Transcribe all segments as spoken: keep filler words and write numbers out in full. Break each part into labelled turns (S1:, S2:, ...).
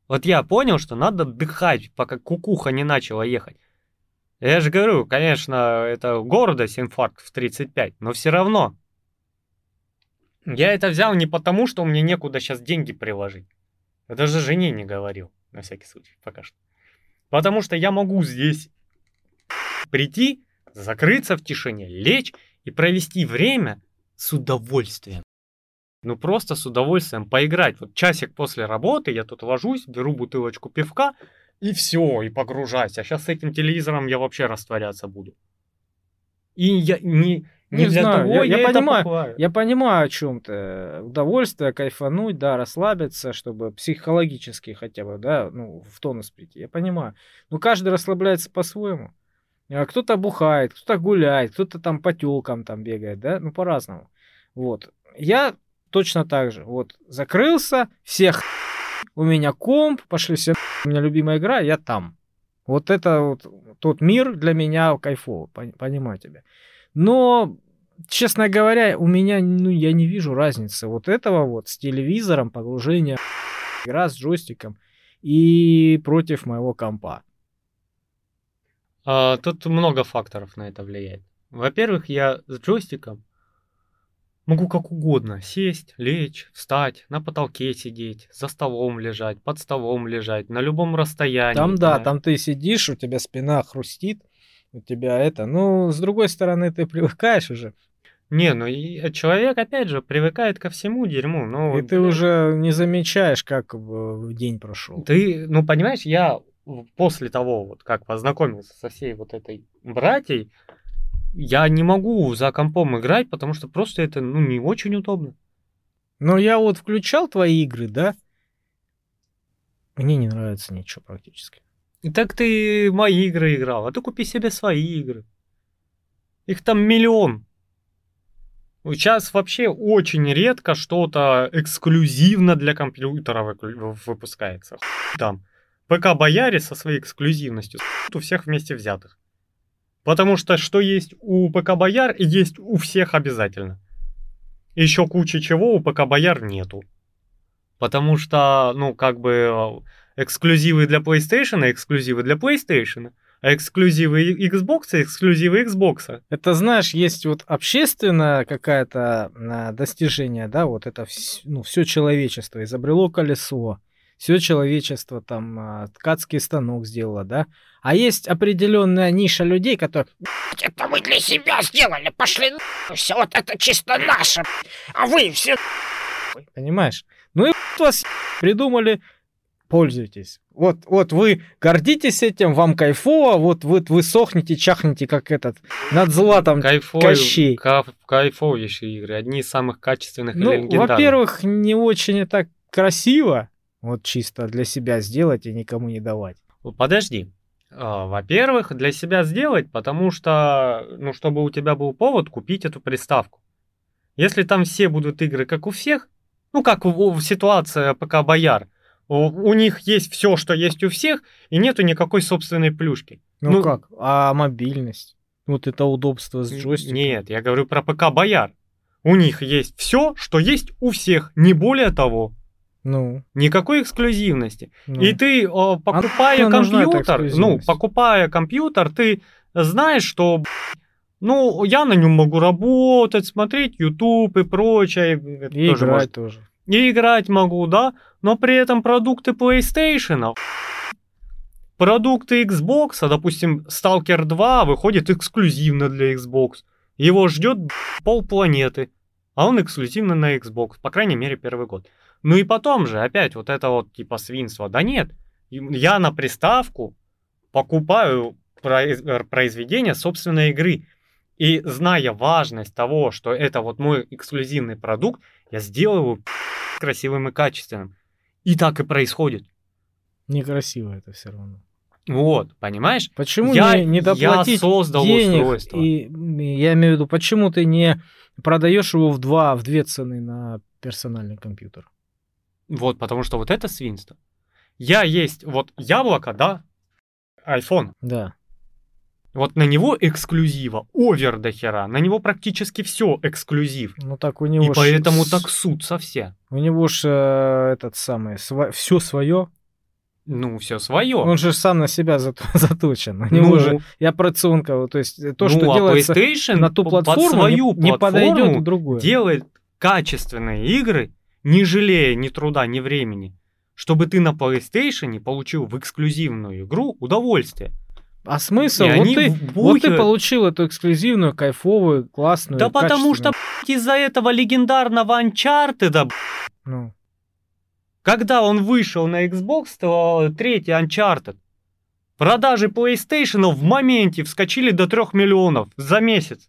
S1: Вот я понял, что надо отдыхать, пока кукуха не начала ехать. Я же говорю, конечно, это гордость, инфаркт в тридцать пять, но все равно. Я это взял не потому, что мне некуда сейчас деньги приложить. Я даже жене не говорил, на всякий случай, пока что. Потому что я могу здесь прийти, закрыться в тишине, лечь и провести время с удовольствием. Ну просто с удовольствием поиграть. Вот часик после работы я тут ложусь, беру бутылочку пивка и все, и погружаюсь. А сейчас с этим телевизором я вообще растворяться буду. И я не...
S2: Не, не для знаю, того, я, я, я понимаю,
S1: покупаю.
S2: Я понимаю о чем-то. Удовольствие, кайфануть, да, расслабиться, чтобы психологически хотя бы, да, ну, в тонус прийти. Я понимаю. Но каждый расслабляется по-своему. Кто-то бухает, кто-то гуляет, кто-то там по тёлкам там бегает, да, ну, по-разному. Вот. Я точно так же. Вот, закрылся, всех у меня комп, пошли все, у меня любимая игра, я там. Вот это вот тот мир для меня кайфово, понимаю тебя. Но, честно говоря, у меня, ну, я не вижу разницы вот этого вот с телевизором, погружения, игра с джойстиком и против моего компа.
S1: А, тут много факторов на это влияет. Во-первых, я с джойстиком могу как угодно сесть, лечь, встать, на потолке сидеть, за столом лежать, под столом лежать, на любом расстоянии.
S2: Там, да, там ты сидишь, у тебя спина хрустит. У тебя это, ну, с другой стороны, ты привыкаешь уже.
S1: Не, ну и человек, опять же, привыкает ко всему дерьму. Ну,
S2: и ты блин, уже не замечаешь, как день прошел.
S1: Ты, ну, понимаешь, я после того, вот как познакомился со всей вот этой братьей, я не могу за компом играть, потому что просто это, ну, не очень удобно.
S2: Но я вот включал твои игры, да? Мне не нравится ничего практически.
S1: Так ты мои игры играл, а ты купи себе свои игры. Их там миллион. Сейчас вообще очень редко что-то эксклюзивно для компьютера выпускается. Там ПК-бояре со своей эксклюзивностью у всех вместе взятых. Потому что что есть у ПК-бояр, есть у всех обязательно. Еще куча чего у ПК-бояр нету. Потому что, ну, как бы, эксклюзивы для PlayStation, эксклюзивы для PlayStation, а эксклюзивы Xbox, эксклюзивы Xbox.
S2: Это, знаешь, есть вот общественное какое-то достижение, да, вот это, ну, все человечество изобрело колесо, все человечество там ткацкий станок сделало, да, а есть определенная ниша людей, которые:
S3: это мы для себя сделали, пошли, все вот это чисто наше, а вы все,
S2: понимаешь? Ну и вас придумали, пользуйтесь. Вот, вот вы гордитесь этим, вам кайфово, вот вы, вы сохнете, чахнете, как этот, над златом Кощей.
S1: Кайф, кайфовейшие игры, одни из самых качественных
S2: ну,
S1: или легендарных.
S2: Во-первых, не очень это красиво, вот чисто для себя сделать и никому не давать.
S1: Подожди. Во-первых, для себя сделать, потому что, ну, чтобы у тебя был повод купить эту приставку. Если там все будут игры, как у всех, ну, как в, в ситуации ПК-бояр, у, у них есть все, что есть у всех, и нету никакой собственной плюшки.
S2: Ну, ну как? А мобильность? Вот это удобство с джойстиком?
S1: Нет, я говорю про ПК-бояр. У них есть все, что есть у всех, не более того.
S2: Ну.
S1: Никакой эксклюзивности. Ну. И ты, покупая а компьютер, ну, покупая компьютер, ты знаешь, что, ну, я на нем могу работать, смотреть YouTube и прочее.
S2: И тоже играть может... тоже.
S1: И играть могу, да, но при этом продукты PlayStation, продукты Xbox, допустим, Stalker два выходит эксклюзивно для Xbox. Его ждет полпланеты, а он эксклюзивно на Xbox, по крайней мере, первый год. Ну и потом же опять вот это вот типа свинство. Да нет, я на приставку покупаю произведение собственной игры. И зная важность того, что это вот мой эксклюзивный продукт, я сделаю его красивым и качественным. И так и происходит.
S2: Некрасиво это все равно.
S1: Вот, понимаешь?
S2: Почему
S1: я,
S2: не, не доплатить
S1: я создал
S2: денег?
S1: Устройство.
S2: И, я имею в виду, почему ты не продаешь его в два, в две цены на персональный компьютер?
S1: Вот, потому что вот это свинство. Я есть, вот яблоко, да, iPhone.
S2: Да.
S1: Вот на него эксклюзива, овер до хера, на него практически все эксклюзив.
S2: Ну так у него
S1: и
S2: ж...
S1: поэтому так суд со все.
S2: У него же э, этот самый, сво... все свое.
S1: Ну, все свое.
S2: Он же сам на себя зат- заточен. У
S1: Ну,
S2: него же и операционка, то есть то,
S1: ну,
S2: что
S1: а
S2: делается
S1: PlayStation
S2: на ту
S1: под
S2: платформу,
S1: свою
S2: не, не подойдет
S1: платформу
S2: в другую.
S1: делает качественные игры, не жалея ни труда, ни времени, чтобы ты на PlayStation получил в эксклюзивную игру удовольствие.
S2: А смысл?
S1: И
S2: Вот
S1: они
S2: ты,
S1: вбухивают-
S2: вот ты получил эту эксклюзивную, кайфовую, классную,
S1: Да потому что,
S2: качественную.
S1: блядь, из-за этого легендарного Uncharted, блядь,
S2: Ну,
S1: когда он вышел на Xbox, то третий Uncharted, продажи PlayStation в моменте вскочили до трех миллионов за месяц.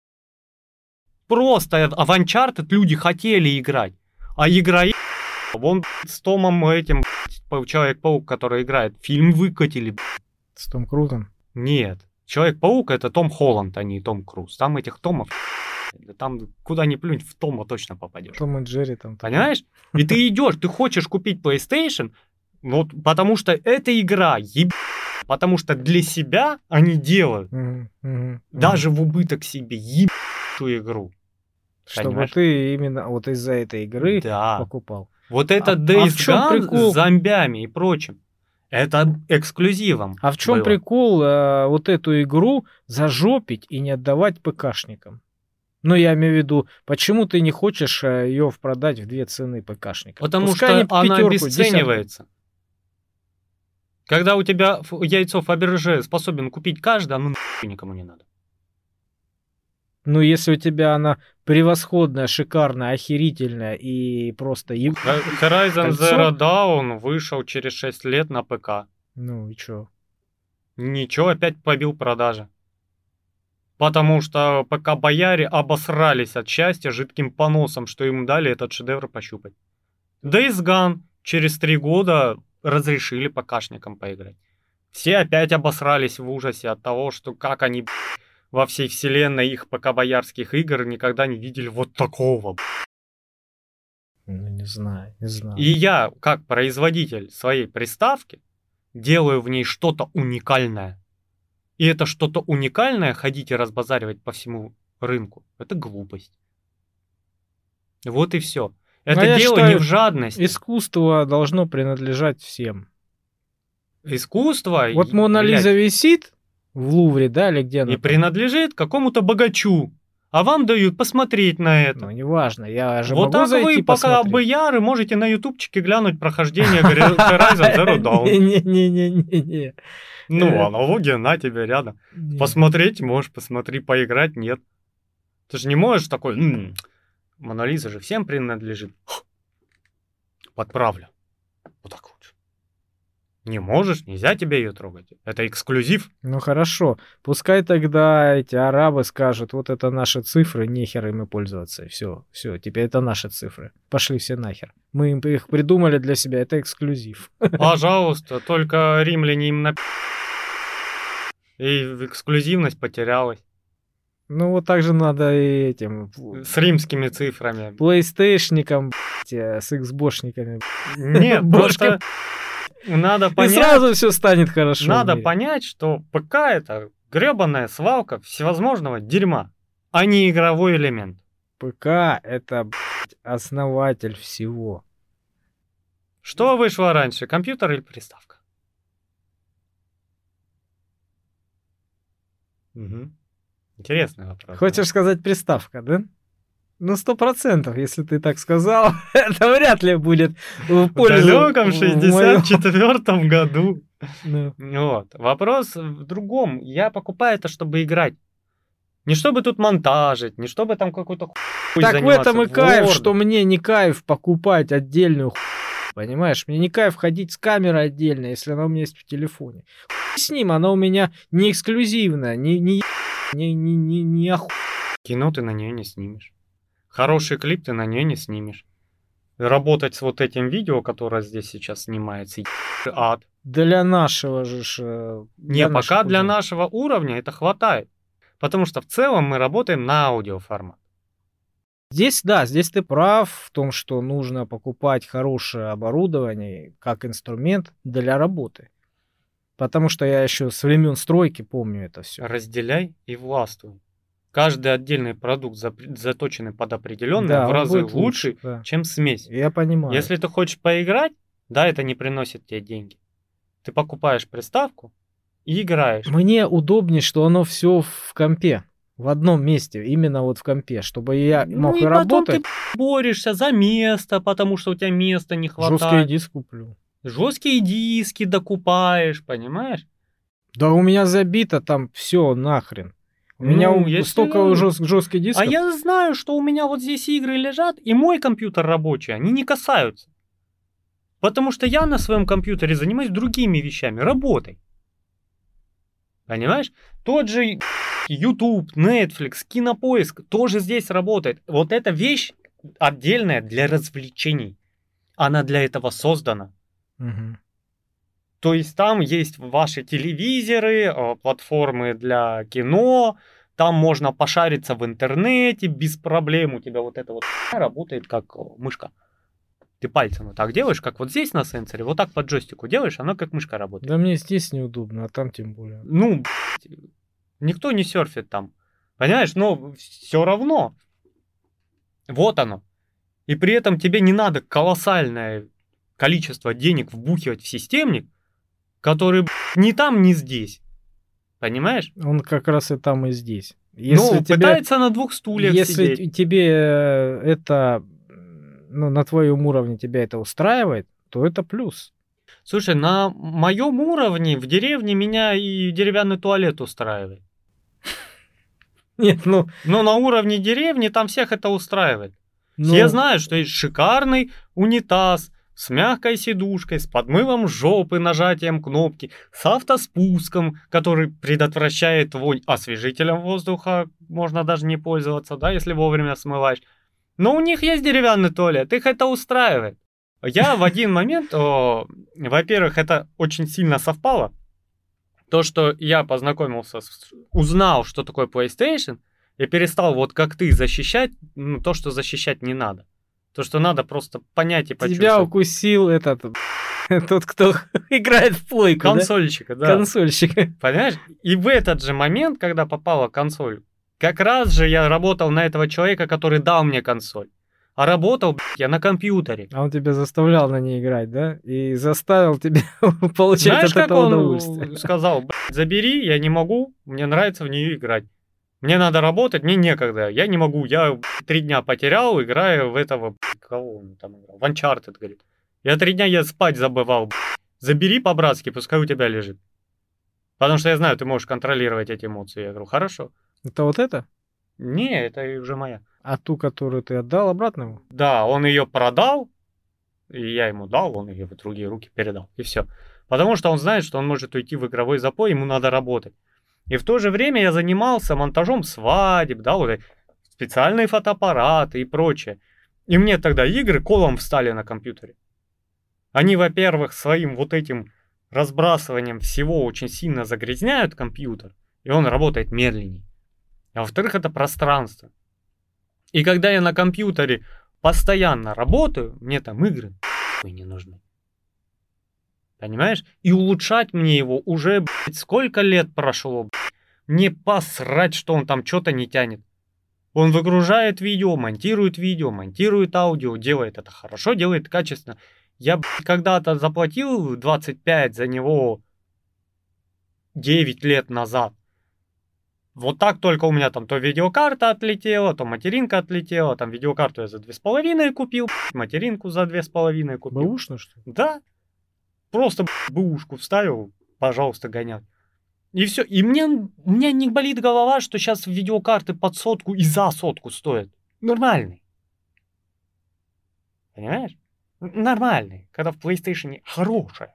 S1: Просто в Uncharted люди хотели играть. А игра... е- Вон блядь, с Томом этим, блядь, Человек-паук, который играет, фильм выкатили. блядь.
S2: с Том Крузом.
S1: Нет. Человек-паук это Том Холланд, а не Том Круз. Там этих Томов... блядь, Там куда ни плюнь, в Тома точно попадешь.
S2: Том и Джерри там.
S1: Понимаешь? И ты идешь, ты хочешь купить PlayStation, вот потому что эта игра еб... Потому что для себя они делают,
S2: Мгм, мгм,
S1: даже в убыток себе, ебучую игру.
S2: чтобы
S1: понимаешь?
S2: ты именно вот из-за этой игры
S1: Да.
S2: покупал.
S1: Вот это
S2: А- а
S1: Days
S2: в чём
S1: Gone
S2: прикол?
S1: с зомбями и прочим. Это эксклюзивом.
S2: А в чем
S1: было.
S2: прикол э, вот эту игру зажопить и не отдавать ПКшникам? Ну, я имею в виду, почему ты не хочешь ее продать в две цены ПКшникам?
S1: Потому
S2: Пускай они
S1: что она
S2: пятёрку,
S1: обесценивается. Когда у тебя ф- яйцо Фаберже способен купить каждый, оно нахуй никому не надо.
S2: Ну, если у тебя она превосходная, шикарная, охерительная и просто... еб-
S1: Horizon
S2: Кольцо?
S1: Zero Dawn вышел через шесть лет на ПК.
S2: Ну и чё?
S1: Ничего, опять побил продажи. Потому что ПК-бояре обосрались от счастья жидким поносом, что им дали этот шедевр пощупать. Days Gone через три года разрешили ПКшникам поиграть. Все опять обосрались в ужасе от того, что как они б***ь, во всей вселенной их ПК-боярских игр никогда не видели вот такого. б***ь.
S2: Ну, не знаю, не знаю.
S1: И я, как производитель своей приставки, делаю в ней что-то уникальное. И это что-то уникальное ходить и разбазаривать по всему рынку, это глупость. Вот и все. Это
S2: Ну, я
S1: дело
S2: считаю,
S1: не в жадности.
S2: Искусство должно принадлежать всем.
S1: Искусство,
S2: Вот
S1: и,
S2: Мона
S1: блядь,
S2: Лиза висит в Лувре, да, или где она
S1: и
S2: там?
S1: принадлежит какому-то богачу. А вам дают посмотреть на это.
S2: Ну, неважно, я же
S1: Вот
S2: могу
S1: так
S2: зайти
S1: вы, пока
S2: посмотреть.
S1: бояры, можете на ютубчике глянуть прохождение Horizon Zero Dawn.
S2: Не-не-не-не-не.
S1: Ну,
S2: Э.
S1: аналогия на тебе рядом.
S2: Не.
S1: Посмотреть можешь, посмотри, поиграть нет. Ты же не можешь такой, «М, Мона Лиза же всем принадлежит. Подправлю. Вот так вот. Не можешь, нельзя тебе ее трогать. Это эксклюзив.
S2: Ну хорошо, пускай тогда эти арабы скажут, вот это наши цифры, нехер ими пользоваться. Все, все, теперь это наши цифры. Пошли все нахер. Мы им их придумали для себя, это эксклюзив.
S1: Пожалуйста, только римляне им на... И эксклюзивность потерялась.
S2: Ну вот так же надо и этим
S1: С римскими цифрами.
S2: PlayStation'никам, блядь, э, с Xbox'никами.
S1: Нет,
S2: Бошка.
S1: просто надо
S2: И
S1: понять...
S2: сразу все станет хорошо. в
S1: Надо
S2: мире.
S1: понять, что ПК это гребаная свалка всевозможного дерьма, а не игровой элемент.
S2: ПК это, блядь, основатель всего.
S1: Что вышло раньше, компьютер или приставка? Мгм. Интересный вопрос.
S2: Хочешь сказать приставка, да? Ну, сто процентов, если ты так сказал, это вряд ли будет в
S1: В
S2: пользу...
S1: далеком
S2: в
S1: шестьдесят четвёртом году.
S2: моё- Ну,
S1: Вот. Вопрос в другом. Я покупаю это, чтобы играть. Не чтобы тут монтажить, не чтобы там какой-то хуй
S2: Так в
S1: заниматься.
S2: этом и кайф,
S1: Word.
S2: что мне не кайф покупать отдельную хуй, понимаешь? Мне не кайф ходить с камерой отдельно, если она у меня есть в телефоне. Хуй с ним, она у меня не эксклюзивная, не, не, не, не, не, не оху...
S1: Кино ты на нее не снимешь. Хороший клип ты на нее не снимешь. Работать с вот этим видео, которое здесь сейчас снимается, ебаный ад.
S2: Для нашего же... ж, э,
S1: Не, пока
S2: наших
S1: для
S2: уже.
S1: нашего уровня это хватает. Потому что в целом мы работаем на аудиоформат.
S2: Здесь, да, здесь ты прав в том, что нужно покупать хорошее оборудование как инструмент для работы. Потому что я еще с времен стройки помню это все.
S1: Разделяй и властвуй. Каждый отдельный продукт, запр- заточенный под определенное,
S2: Да,
S1: в
S2: он
S1: разы
S2: будет
S1: лучше,
S2: лучше, да.
S1: чем смесь.
S2: Я понимаю.
S1: Если ты хочешь поиграть, да, это не приносит тебе деньги. Ты покупаешь приставку и играешь.
S2: Мне удобнее, что оно все в компе. В одном месте, именно вот в компе, чтобы я мог
S1: Ну
S2: и
S1: и потом
S2: работать.
S1: ты борешься за место, потому что у тебя места не
S2: Жесткий
S1: хватает.
S2: диск куплю.
S1: Жесткие диски докупаешь, понимаешь?
S2: Да у меня забито там все нахрен. У
S1: Ну,
S2: меня у-
S1: если-
S2: столько жест, жестких
S1: А
S2: дисков.
S1: я знаю, что у меня вот здесь игры лежат, и мой компьютер рабочий, они не касаются. Потому что я на своем компьютере занимаюсь другими вещами, работой. Понимаешь? Тот же YouTube, Netflix, Кинопоиск тоже здесь работает. Вот эта вещь отдельная для развлечений. Она для этого создана.
S2: Мгм.
S1: То есть там есть ваши телевизоры, э, платформы для кино, там можно пошариться в интернете без проблем. У тебя вот это вот работает как э, мышка. Ты пальцем вот так делаешь, как вот здесь на сенсоре, вот так по джойстику делаешь, оно как мышка работает.
S2: Да мне здесь неудобно, а там тем более.
S1: Ну, блядь, никто не серфит там. Понимаешь, но все равно. Вот оно. И при этом тебе не надо колоссальное количество денег вбухивать в системник, который блядь, ни там, ни здесь. Понимаешь?
S2: Он как раз и там, и здесь. Если
S1: ну,
S2: тебе,
S1: пытается на двух стульях
S2: если
S1: сидеть.
S2: тебе э, это, ну, на твоем уровне тебя это устраивает, то это плюс.
S1: Слушай, на моем уровне в деревне меня и деревянный туалет устраивает.
S2: Нет, ну,
S1: Но на уровне деревни там всех это устраивает.
S2: ну,
S1: Все знают, что есть шикарный унитаз с мягкой сидушкой, с подмывом жопы, нажатием кнопки, с автоспуском, который предотвращает вонь. Освежителем воздуха можно даже не пользоваться, да, если вовремя смываешь. Но у них есть деревянный туалет, их это устраивает. Я в один момент, о, во-первых, это очень сильно совпало. То, что я познакомился, с, узнал, что такое PlayStation, и перестал вот как ты защищать, ну, то, что защищать не надо. То, что надо просто понять и почувствовать.
S2: тебя укусил этот, тот, кто играет в плойку, да?
S1: Консольщика, да.
S2: Консольщик.
S1: Понимаешь? И в этот же момент, когда попала консоль, как раз же я работал на этого человека, который дал мне консоль. А работал, блядь, я на компьютере.
S2: А он тебя заставлял на ней играть, да? И заставил тебя получать
S1: Знаешь,
S2: от
S1: как
S2: этого
S1: он
S2: удовольствие.
S1: сказал, блядь, забери, я не могу, мне нравится в нее играть. Мне надо работать, мне некогда, я не могу, я блядь, три дня потерял, играя в этого, блядь, кого он там играл, в Uncharted, говорит. Я три дня я спать забывал, блядь. Забери по-братски, пускай у тебя лежит. Потому что я знаю, ты можешь контролировать эти эмоции. Я говорю, хорошо.
S2: Это вот это?
S1: Не, это уже моя.
S2: А ту, которую ты отдал обратно ему?
S1: Да, он ее продал, и я ему дал, он ее в другие руки передал, и все. Потому что он знает, что он может уйти в игровой запой, ему надо работать. И в то же время я занимался монтажом свадеб, да, вот специальные фотоаппараты и прочее. И мне тогда игры колом встали на компьютере. Они, во-первых, своим вот этим разбрасыванием всего очень сильно загрязняют компьютер, и он работает медленнее. А во-вторых, это пространство. И когда я на компьютере постоянно работаю, мне там игры не нужны. Понимаешь? И улучшать мне его уже, блядь, сколько лет прошло, блядь. Мне посрать, что он там что-то не тянет. Он выгружает видео, монтирует видео, монтирует аудио, делает это хорошо, делает качественно. Я, блядь, когда-то заплатил двадцать пять за него девять лет назад. Вот так только у меня там то видеокарта отлетела, то материнка отлетела. Там видеокарту я за две с половиной купил, материнку за две с половиной купил.
S2: Бэушно, что ли?
S1: Да. Просто бэушку вставил, пожалуйста, гонять. И все. И мне, у меня не болит голова, что сейчас видеокарты под сотку и за сотку стоят. Нормальный. Понимаешь? Нормальный. Когда в PlayStation хорошая.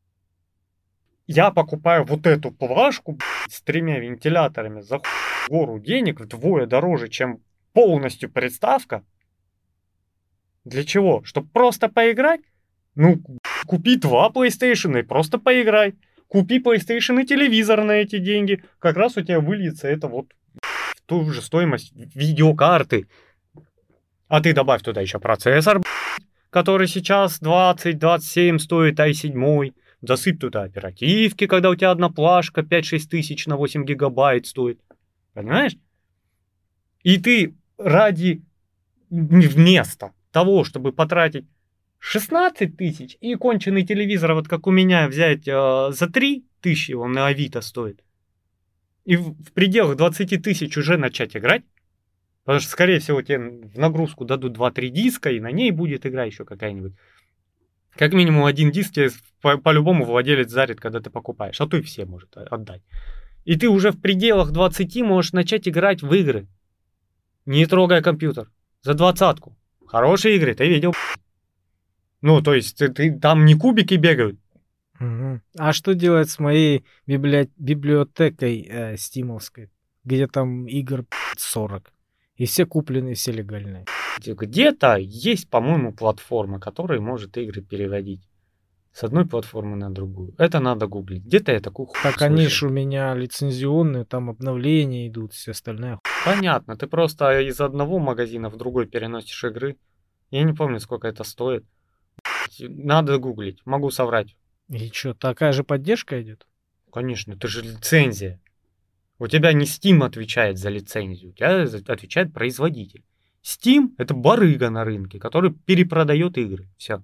S1: Я покупаю вот эту плашку, блядь, с тремя вентиляторами за гору денег, вдвое дороже, чем полностью приставка. Для чего? Чтобы просто поиграть? Ну, купи два PlayStation и просто поиграй. Купи PlayStation и телевизор на эти деньги. Как раз у тебя выльется это вот в ту же стоимость видеокарты. А ты добавь туда еще процессор, блядь, который сейчас двадцать двадцать семь стоит ай семь. Засыпь туда оперативки, когда у тебя одна плашка пять-шесть тысяч на восемь гигабайт стоит. Понимаешь? И ты ради вместо того, чтобы потратить шестнадцать тысяч, и конченый телевизор, вот как у меня, взять э, за три тысячи, он на Авито стоит, и в, в пределах двадцать тысяч уже начать играть, потому что, скорее всего, тебе в нагрузку дадут два-три диска, и на ней будет игра еще какая-нибудь. Как минимум один диск тебе по- по-любому владелец зарит, когда ты покупаешь, а то и все может отдать. И ты уже в пределах двадцати можешь начать играть в игры, не трогая компьютер, за двадцатку. Хорошие игры, ты видел? Ну, то есть, ты, ты, там не кубики бегают.
S2: Мгм. А что делать с моей библи- библиотекой э, стимовской, где там игр сорок? И все купленные, все легальные.
S1: Где-то есть, по-моему, платформа, которая может игры переводить с одной платформы на другую. Это надо гуглить. Где-то я такую хуйню
S2: Так они
S1: слышал.
S2: ж у меня лицензионные, там обновления идут, все остальное.
S1: Понятно, ты просто из одного магазина в другой переносишь игры. Я не помню, сколько это стоит. Надо гуглить, могу соврать.
S2: И что, такая же поддержка идет?
S1: Конечно, это же лицензия. У тебя не Steam отвечает за лицензию, у тебя за- отвечает производитель. Steam — это барыга на рынке, который перепродает игры. Все.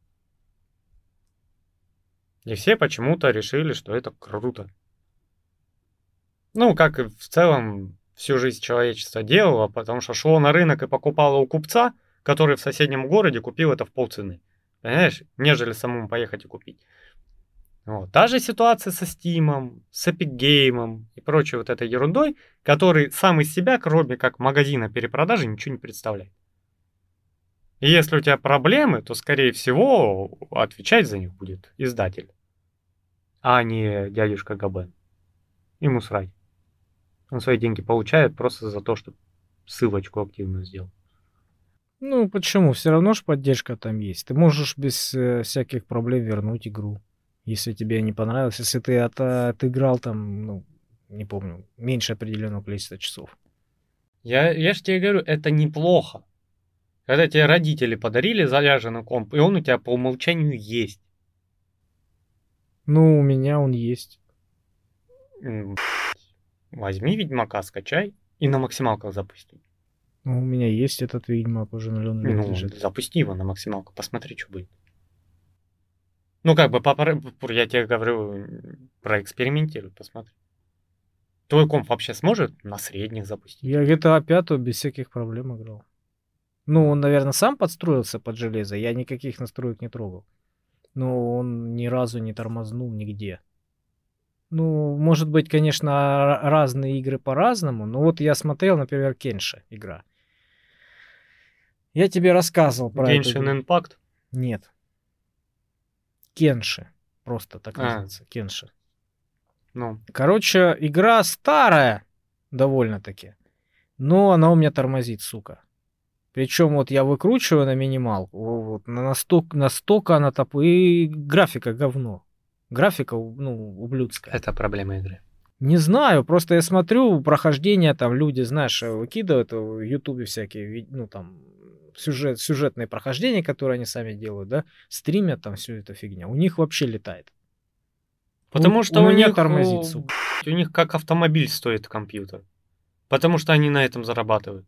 S1: И все почему-то решили, что это круто. Ну, как и в целом всю жизнь человечество делало, потому что шло на рынок и покупало у купца, который в соседнем городе купил это в полцены. Понимаешь? Нежели самому поехать и купить. Вот. Та же ситуация со Steam, с Epic Game и прочей вот этой ерундой, который сам из себя, кроме как магазина перепродажи, ничего не представляет. И если у тебя проблемы, то, скорее всего, отвечать за них будет издатель, а не дядюшка Габен. Ему срать. Он свои деньги получает просто за то, что ссылочку активную сделал.
S2: Ну, почему? Все равно ж поддержка там есть. Ты можешь без э, всяких проблем вернуть игру, если тебе не понравилось. Если ты от, отыграл там, ну, не помню, меньше определенного количества часов.
S1: Я, я же тебе говорю, это неплохо. Когда тебе родители подарили заряженный комп, и он у тебя по умолчанию есть.
S2: Ну, у меня он есть.
S1: М, Возьми Ведьмака, скачай и на максималках запусти.
S2: Ну, у меня есть этот Ведьмак, уже миллион лет
S1: Ну,
S2: лежит.
S1: запусти его на максималку, посмотри, что будет. Ну, как бы, попро- я тебе говорю, м, проэкспериментируй, посмотри. Твой комп вообще сможет на средних запустить?
S2: Я джи ти эй пять без всяких проблем играл. Ну, он, наверное, сам подстроился под железо. Я никаких настроек не трогал. Но он ни разу не тормознул нигде. Ну, может быть, конечно, ра- разные игры по-разному. Но вот я смотрел, например, Кенши игра. Я тебе рассказывал про эту игру.
S1: Genshin Impact?
S2: Нет. Кенши. Просто так
S1: А.
S2: называется. Кенши.
S1: Ну,
S2: Короче, игра старая довольно-таки. Но она у меня тормозит, сука. Причем вот я выкручиваю на минималку. Вот, на- настолько, настолько она топ... И графика говно. Графика, ну, ублюдская.
S1: это проблема игры.
S2: Не знаю, просто я смотрю прохождение, там люди, знаешь, выкидывают в Ютубе всякие, ви- ну, там, сюжет, сюжетные прохождения, которые они сами делают, да, стримят там всю эту фигню. У них вообще летает.
S1: Потому
S2: У-
S1: что
S2: у
S1: у,
S2: меня
S1: них,
S2: тормозит,
S1: о,
S2: сука.
S1: у них как автомобиль стоит компьютер. Потому что они на этом зарабатывают.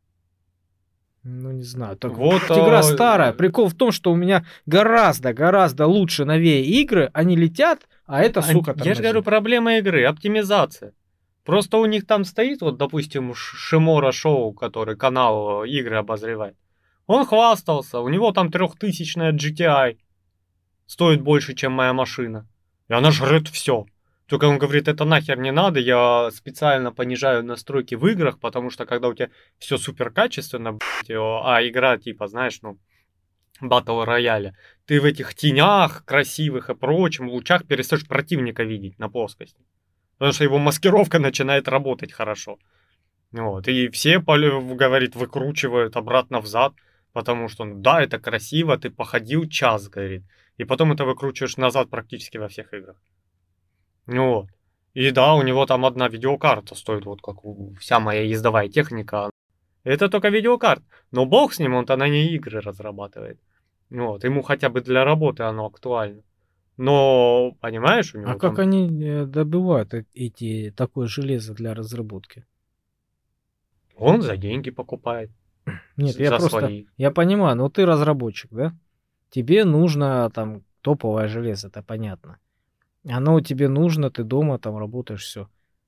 S2: Ну, не знаю. Так
S1: Вот,
S2: вот, игра
S1: а,
S2: старая. Прикол в том, что у меня гораздо, гораздо лучше, новее игры. Они летят, а это,
S1: Ань-
S2: сука,
S1: Я же
S2: тормозит.
S1: говорю, проблема игры, оптимизация. Просто у них там стоит, вот, допустим, Ш- Шимора Шоу, который канал э, игры обозревает. Он хвастался, у него там трехтысячная джи ти ай. Стоит больше, чем моя машина. И она жрет все. Только он говорит, это нахер не надо, я специально понижаю настройки в играх, потому что когда у тебя все супер качественно, блядь, э, а игра типа, знаешь, ну, батл рояля, ты в этих тенях красивых и прочем лучах перестаешь противника видеть на плоскости. Потому что его маскировка начинает работать хорошо. Вот. И все, поле- говорит, выкручивают обратно взад, потому что, ну, да, это красиво, ты походил час, говорит. И потом это выкручиваешь назад практически во всех играх. Ну вот. И да, у него там одна видеокарта стоит, вот как у- вся моя ездовая техника. Это только видеокарта. Но бог с ним, он-то на ней игры разрабатывает. Вот. Ему хотя бы для работы оно актуально. Но, понимаешь, у него
S2: А как
S1: там...
S2: они э, добывают э- эти, такое железо для разработки?
S1: Он за деньги покупает.
S2: Нет,
S1: за
S2: я просто,
S1: свои.
S2: я понимаю, но ты разработчик, да? тебе нужно там топовое железо, это понятно. Оно тебе нужно, ты дома там работаешь, все.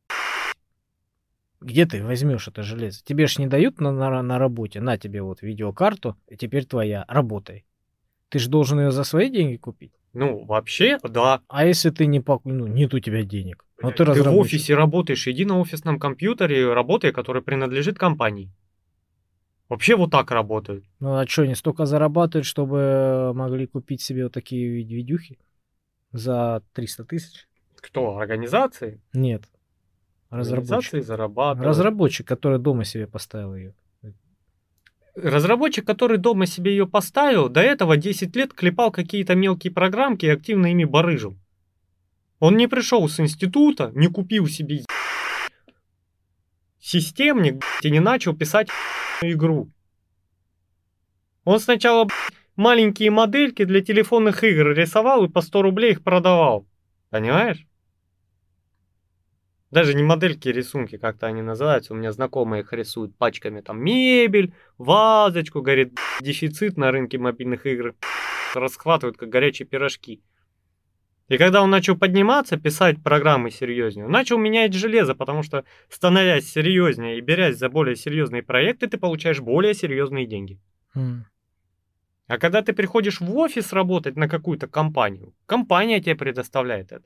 S2: Где ты возьмешь это железо? Тебе ж не дают на, на, на работе, на тебе вот видеокарту, и теперь твоя, работай. Ты же должен ее за свои деньги купить.
S1: Ну, вообще, да.
S2: А если ты не пок... ну, нет у тебя денег? Ну,
S1: Блядь,
S2: ты
S1: ты в
S2: разработчик.
S1: офисе работаешь, иди на офисном компьютере, работай, который принадлежит компании. Вообще вот так работают.
S2: Ну а что, не столько зарабатывают, чтобы могли купить себе вот такие вид- видюхи за триста тысяч?
S1: Кто? Организации?
S2: Нет. Разработчик.
S1: Организации зарабатывают.
S2: Разработчик, который дома себе поставил ее.
S1: Разработчик, который дома себе ее поставил, до этого десять лет клепал какие-то мелкие программки и активно ими барыжил. Он не пришел с института, не купил себе системник и не начал писать игру. Он сначала маленькие модельки для телефонных игр рисовал и по сто рублей их продавал. Понимаешь? Даже не модельки, рисунки, как-то они называются. У меня знакомые их рисуют пачками. Там мебель, вазочку, говорит, дефицит на рынке мобильных игр. Расхватывают, как горячие пирожки. И когда он начал подниматься, писать программы серьезнее, он начал менять железо, потому что, становясь серьезнее и берясь за более серьезные проекты, ты получаешь более серьезные деньги.
S2: Mm.
S1: А когда ты приходишь в офис работать на какую-то компанию, компания тебе предоставляет это.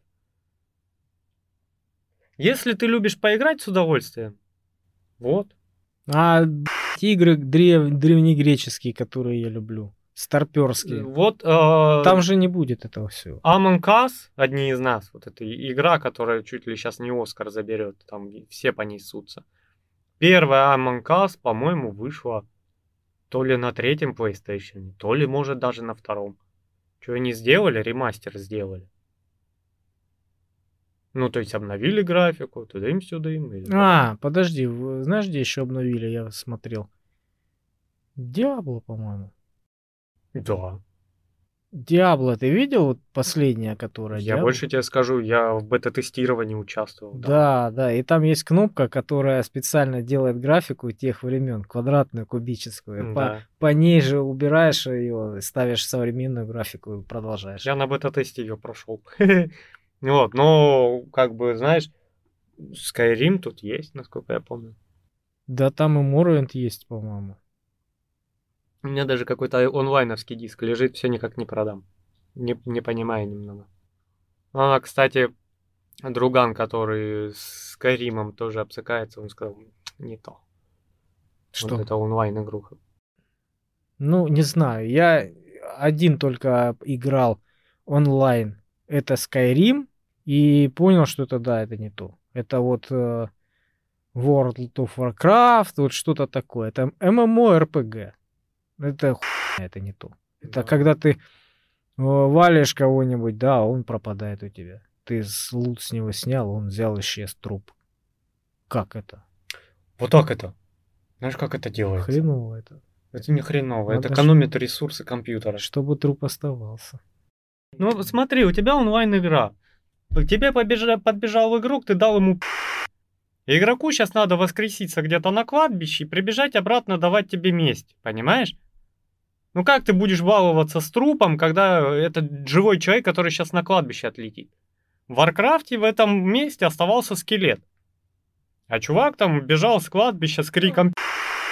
S1: Если ты любишь поиграть с удовольствием, вот.
S2: А игры древ... древнегреческие, которые я люблю, старперские,
S1: Вот. Э...
S2: Там же не будет этого всего.
S1: Among Us, одни из нас, вот эта игра, которая чуть ли сейчас не Оскар заберет, там все по ней ссутся. Первая Among Us, по-моему, вышла то ли на третьем PlayStation, то ли, может, даже на втором. Что они сделали? Ремастер сделали. Ну, то есть обновили графику, туда-им, сюда-им.
S2: А, подожди, знаешь, где еще обновили? Я смотрел. Диабло, по-моему.
S1: Да.
S2: Диабло, ты видел вот последняя, которая?
S1: Я
S2: Diablo?
S1: больше тебе скажу, я в бета-тестировании участвовал.
S2: Да. да, да, и там есть кнопка, которая специально делает графику тех времен, квадратную, кубическую.
S1: Да.
S2: По, по ней же убираешь ее, ставишь современную графику и продолжаешь.
S1: Я на бета-тесте ее прошел. Вот, но, как бы, знаешь, Skyrim тут есть, насколько я помню.
S2: Да, там и Morrowind есть, по-моему.
S1: У меня даже какой-то онлайновский диск лежит, все никак не продам. Не, не понимаю немного. А, кстати, друган, который с Skyrim'ом тоже обсыкается, он сказал, не то.
S2: Что?
S1: Вот это онлайн-игруха.
S2: Ну, не знаю, я один только играл онлайн. Это Skyrim, и понял, что это, да, это не то. Это вот э, World of Warcraft, вот что-то такое. Это MMORPG. Это хуйня, это не то. Это
S1: Да.
S2: когда ты э, валишь кого-нибудь, да, он пропадает у тебя. Ты с- лут с него снял, он взял, исчез, труп. Как это?
S1: Вот так это. Знаешь, как это делается?
S2: Хреново это.
S1: Это не хреново,
S2: Надо
S1: это экономит ресурсы компьютера.
S2: Чтобы труп оставался.
S1: Ну, смотри, у тебя онлайн-игра. К тебе побежа- подбежал игрок, ты дал ему п***. Игроку сейчас надо воскреситься где-то на кладбище и прибежать обратно давать тебе месть, понимаешь? Ну как ты будешь баловаться с трупом, когда это живой человек, который сейчас на кладбище отлетит? В Варкрафте в этом месте оставался скелет. А чувак там бежал с кладбища с криком п***.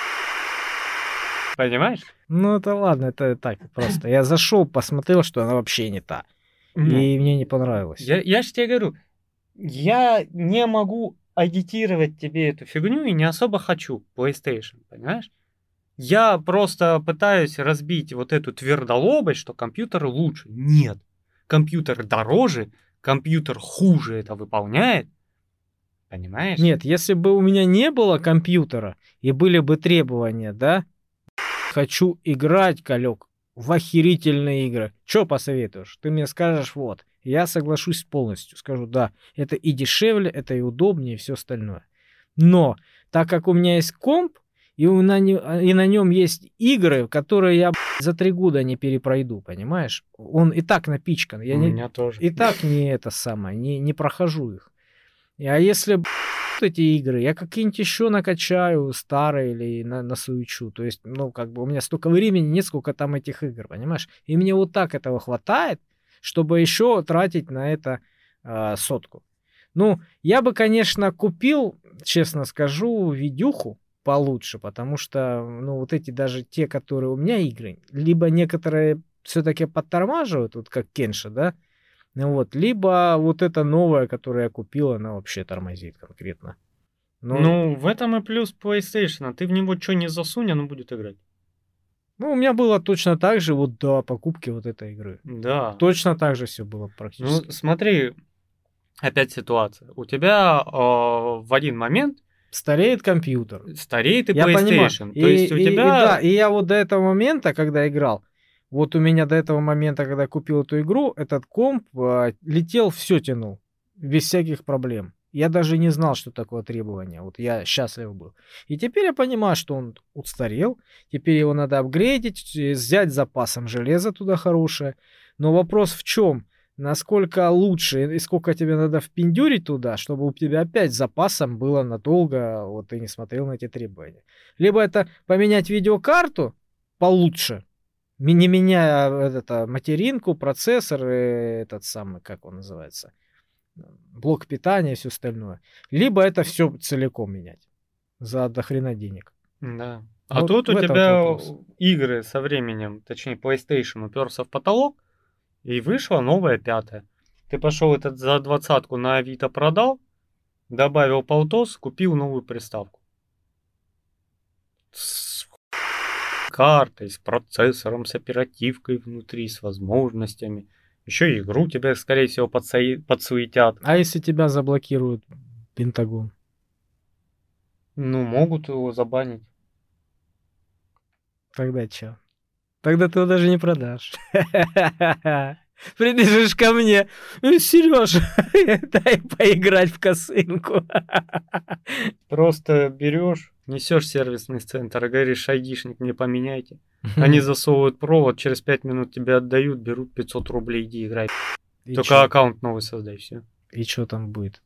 S1: Понимаешь?
S2: Ну это ладно, это так просто. Я зашел, посмотрел, что она вообще не та.
S1: Ну,
S2: И мне не понравилось.
S1: Я, я же тебе говорю, я не могу агитировать тебе эту фигню и не особо хочу PlayStation, понимаешь? Я просто пытаюсь разбить вот эту твердолобость, что компьютер лучше. Нет. Компьютер дороже, компьютер хуже это выполняет. Понимаешь?
S2: Нет, если бы у меня не было компьютера и были бы требования, да, хочу играть, Калек, в охерительные игры. Что посоветуешь? Ты мне скажешь, вот, я соглашусь полностью. Скажу, да, это и дешевле, это и удобнее, и все остальное. Но, так как у меня есть комп, и, у на, не- и на нем есть игры, которые я б***ь, за три года не перепройду, понимаешь? Он и так напичкан. Я
S1: У
S2: не,
S1: меня тоже.
S2: и так не это самое, не, не прохожу их. И, а если б***ь, эти игры, я какие-нибудь еще накачаю старые или на, на насуечу. То есть, ну, как бы у меня столько времени нет, сколько там этих игр, понимаешь? И мне вот так этого хватает, чтобы еще тратить на это э, сотку. Ну, я бы, конечно, купил, честно скажу, видюху получше, потому что, ну, вот эти даже те, которые у меня игры, либо некоторые все-таки подтормаживают, вот как Кенша, да, ну вот, либо вот эта новая, которую я купил, она вообще тормозит конкретно. Но,
S1: Ну, в этом и плюс PlayStation. Ты в него что не засунь, оно будет играть.
S2: ну, у меня было точно так же вот до покупки вот этой игры.
S1: Да.
S2: Точно так же все было
S1: Ну,
S2: практически.
S1: смотри, опять ситуация. У тебя э, в один момент
S2: Стареет компьютер.
S1: стареет и
S2: Я понимаю.
S1: PlayStation.
S2: И,
S1: То есть у
S2: и- и
S1: тебя...
S2: да, и я вот до этого момента, когда играл, вот у меня до этого момента, когда я купил эту игру, этот комп а, летел, все тянул, без всяких проблем. Я даже не знал, что такое требование. Вот я счастлив был. И теперь я понимаю, что он устарел. Теперь его надо апгрейдить, э, взять с запасом железа туда хорошее. Но вопрос в чем? Насколько лучше и сколько тебе надо впендюрить туда, чтобы у тебя опять с запасом было надолго, вот ты не смотрел на эти требования. Либо это поменять видеокарту получше, ми- не меняя этот, а, материнку, процессор, э, этот самый, как он называется, блок питания и все остальное. Либо это все целиком менять за дохрена денег.
S1: Да. А
S2: Вот
S1: тут
S2: в
S1: у
S2: этом
S1: тебя
S2: вопрос.
S1: игры со временем, точнее PlayStation уперся в потолок, и вышла новая пятая. Ты пошел этот за двадцатку на Авито продал, добавил полтос, купил новую приставку. С картой, с процессором, с оперативкой внутри, с возможностями. Еще и игру тебе, скорее всего, подсои- подсуетят.
S2: А если тебя заблокирует Пентагон?
S1: Ну, могут его забанить.
S2: Тогда чё? Тогда ты его даже не продашь. Прибежишь ко мне. Сереж, дай поиграть в косынку.
S1: Просто берешь, несешь в сервисный центр и говоришь, айдишник мне поменяйте. Они засовывают провод, через пять минут тебе отдают, берут пятьсот рублей, иди играй.
S2: И
S1: Только
S2: чё?
S1: аккаунт новый создай, все.
S2: И что там будет?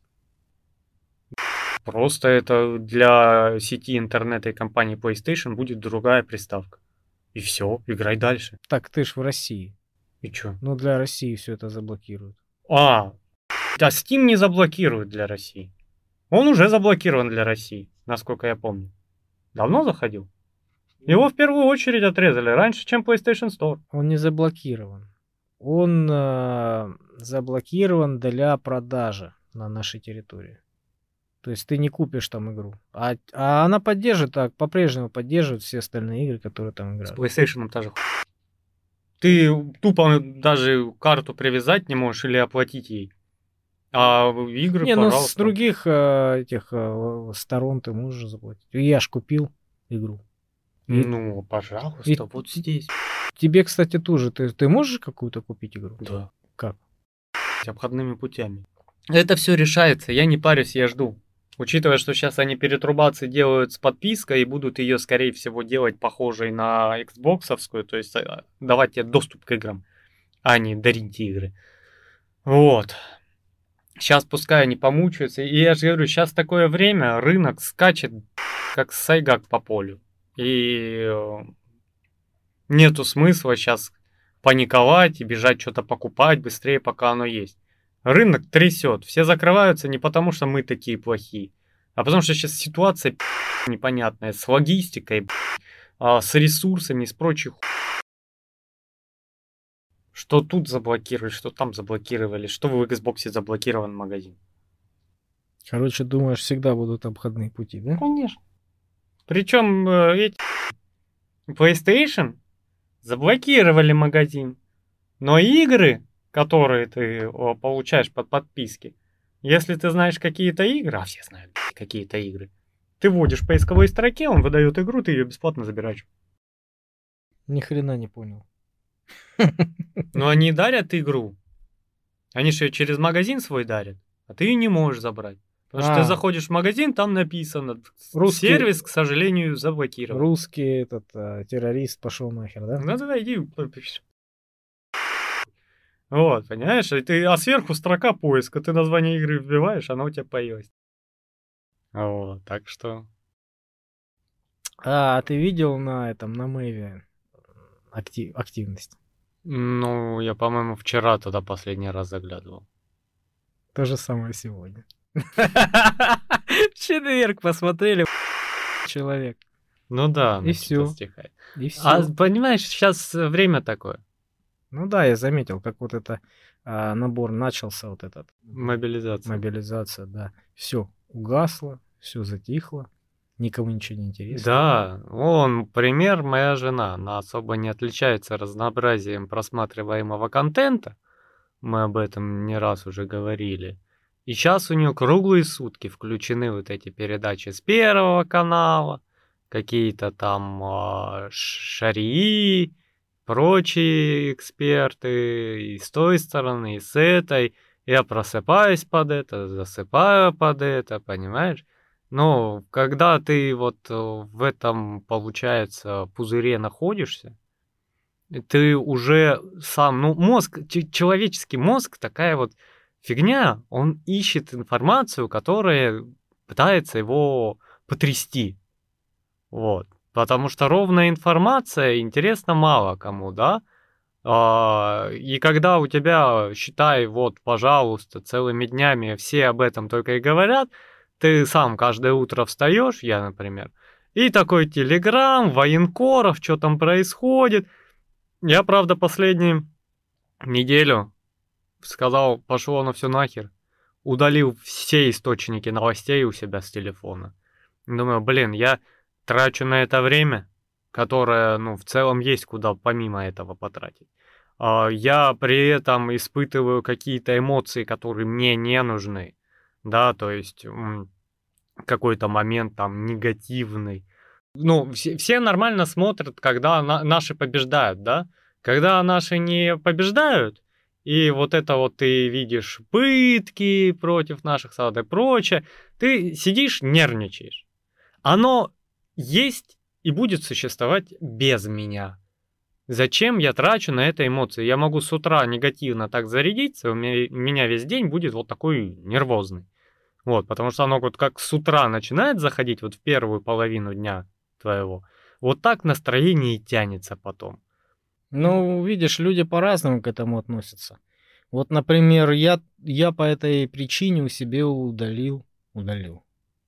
S1: Просто это для сети интернета и компании PlayStation будет другая приставка. И все, играй дальше.
S2: Так ты ж в России.
S1: И чё?
S2: Ну, для России все это заблокируют.
S1: А, а Steam не заблокирует для России. Он уже заблокирован для России, насколько я помню. Давно заходил? Его в первую очередь отрезали, раньше, чем PlayStation Store.
S2: Он не заблокирован. Он э, заблокирован для продажи на нашей территории. То есть ты не купишь там игру. А, а она поддержит, так, по-прежнему поддерживает все остальные игры, которые там
S1: С
S2: играют.
S1: PlayStation та же хуйня. Ты тупо даже карту привязать не можешь или оплатить ей. А игры,
S2: Не, ну с
S1: пожалуйста.
S2: других э, этих э, сторон ты можешь заплатить. Я ж купил игру. И
S1: Ну, пожалуйста,
S2: и-
S1: вот здесь.
S2: тебе, кстати, тоже. Ты, ты можешь какую-то купить игру?
S1: Да.
S2: Как?
S1: Обходными путями. Это все решается, я не парюсь, я жду. Учитывая, что сейчас они перетрубации делают с подпиской и будут ее, скорее всего, делать похожей на Xbox-овскую, то есть э, давать тебе доступ к играм, а не дарить игры. Вот. Сейчас пускай они помучаются. И я же говорю, сейчас такое время, рынок скачет, как сайгак по полю. И э, нету смысла сейчас паниковать и бежать что-то покупать быстрее, пока оно есть. Рынок трясет. Все закрываются не потому, что мы такие плохие, а потому что сейчас ситуация непонятная с логистикой, а, с ресурсами, с прочих. Что тут заблокировали, что там заблокировали, что в Xbox заблокирован магазин.
S2: Короче, думаешь, всегда будут обходные пути, да?
S1: Конечно. Причем э, эти PlayStation заблокировали магазин, но игры, которые ты о, получаешь под подписки, если ты знаешь какие-то игры, а все знают какие-то игры, ты вводишь в поисковой строке, он выдает игру, ты ее бесплатно забираешь.
S2: Ни хрена не понял.
S1: Но они дарят игру. Они же ее через магазин свой дарят, а ты ее не можешь забрать. Потому что
S2: А.
S1: ты заходишь в магазин, там написано,
S2: Русский-
S1: сервис, к сожалению, заблокирован.
S2: Русский этот а, террорист пошел нахер, да?
S1: Ну да, иди. Вот, понимаешь? И ты, а сверху строка поиска, ты название игры вбиваешь, она у тебя появилась. Вот, так что...
S2: А ты видел на этом, на Мэйве актив, активность?
S1: Ну, я, по-моему, вчера туда последний раз заглядывал.
S2: То же самое сегодня. В четверг посмотрели человек.
S1: Ну да,
S2: И
S1: начало
S2: всё.
S1: стихать.
S2: И
S1: А
S2: все.
S1: понимаешь, сейчас время такое.
S2: Ну да, я заметил, как вот это а, набор начался, вот этот
S1: Мобилизация.
S2: мобилизация, да. Все угасло, все затихло, никому ничего не интересно.
S1: Да, он пример моя жена. Она особо не отличается разнообразием просматриваемого контента. Мы об этом не раз уже говорили. И сейчас у нее круглые сутки включены вот эти передачи с Первого канала, какие-то там а, шарии, прочие эксперты, и с той стороны, и с этой. Я просыпаюсь под это, засыпаю под это, понимаешь? Но когда ты вот э, в этом, получается, пузыре находишься, ты уже сам, ну, мозг, ч- человеческий мозг, такая вот фигня, он ищет информацию, которая пытается его потрясти. Вот. Потому что ровная информация интересна мало кому, да? А, и когда у тебя, считай, вот, пожалуйста, целыми днями все об этом только и говорят, ты сам каждое утро встаешь, я, например, и такой телеграм, военкоров, что там происходит. Я, правда, последнюю неделю сказал, пошло на все нахер, удалил все источники новостей у себя с телефона. Думаю, блин, я трачу на это время, которое, ну, в целом есть куда помимо этого потратить. А, Я при этом испытываю какие-то эмоции, которые мне не нужны, да, то есть м, какой-то момент там негативный. Ну, все, все нормально смотрят, когда на- наши побеждают, да? Когда наши не побеждают, и вот это вот ты видишь пытки против наших солдат и прочее, ты сидишь, нервничаешь. Оно есть и будет существовать без меня. Зачем я трачу на это эмоции? Я могу с утра негативно так зарядиться, у меня, у меня весь день будет вот такой нервозный. Вот, потому что оно вот как с утра начинает заходить, вот в первую половину дня твоего, вот так настроение и тянется потом.
S2: Ну, видишь, люди по-разному к этому относятся. Вот, например, я, я по этой причине у себя удалил, удалил,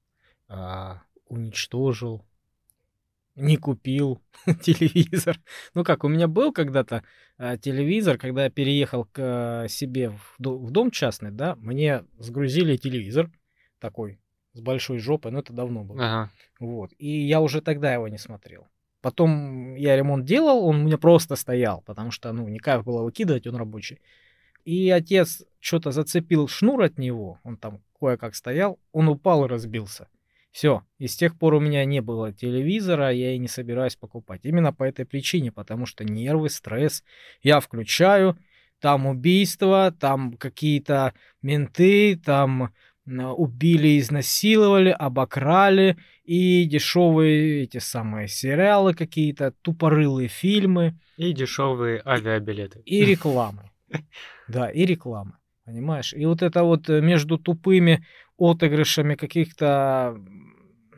S2: а, уничтожил, не купил телевизор. Ну как, у меня был когда-то а, телевизор, когда я переехал к а, себе в, до- в дом частный, да, мне сгрузили телевизор такой с большой жопой, но это давно было.
S1: Ага.
S2: Вот. И я уже тогда его не смотрел. Потом я ремонт делал, он у меня просто стоял, потому что, ну, никак было выкидывать, он рабочий. И отец что-то зацепил шнур от него, он там кое-как стоял, он упал и разбился. Все, и с тех пор у меня не было телевизора, я и не собираюсь покупать. Именно по этой причине, потому что нервы, стресс. Я включаю, там убийства, там какие-то менты, там м, убили, изнасиловали, обокрали, и дешевые эти самые сериалы какие-то, тупорылые фильмы
S1: И дешевые авиабилеты.
S2: и рекламы. Да, и рекламы, понимаешь? И вот это вот э, между тупыми отыгрышами каких-то м,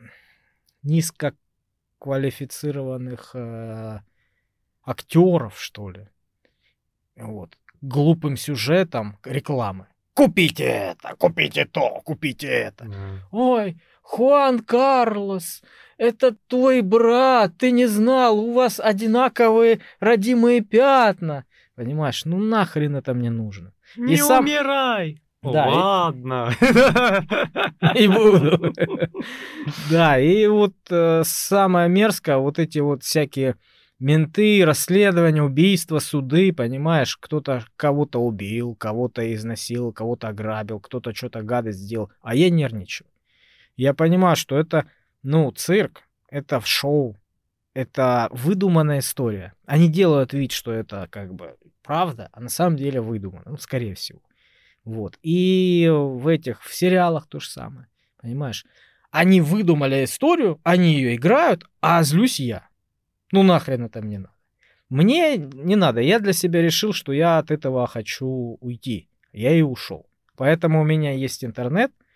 S2: низкоквалифицированных э, актеров, что ли, вот, глупым сюжетом рекламы. Купите это, купите то, купите это.
S1: Да.
S2: Ой, Хуан Карлос, это твой брат, ты не знал, у вас одинаковые родимые пятна. Понимаешь, ну нахрен это мне нужно.
S1: Не
S2: сам-
S1: умирай!
S2: Да, и-
S1: Ладно.
S2: Не буду. Да, и вот э, самое мерзкое, вот эти вот всякие менты, расследования, убийства, суды, понимаешь, кто-то кого-то убил, кого-то изнасиловал, кого-то ограбил, кто-то что-то гадость сделал, а я нервничаю. Я понимаю, что это, ну, цирк, это шоу, это выдуманная история. Они делают вид, что это как бы правда, а на самом деле выдумано, ну, скорее всего. Вот. И в этих, в сериалах то же самое, понимаешь? Они выдумали историю, они ее играют, а злюсь я. Ну нахрен это мне надо? Мне не надо. Я для себя решил, что я от этого хочу уйти. Я и ушел. Поэтому у меня есть интернет.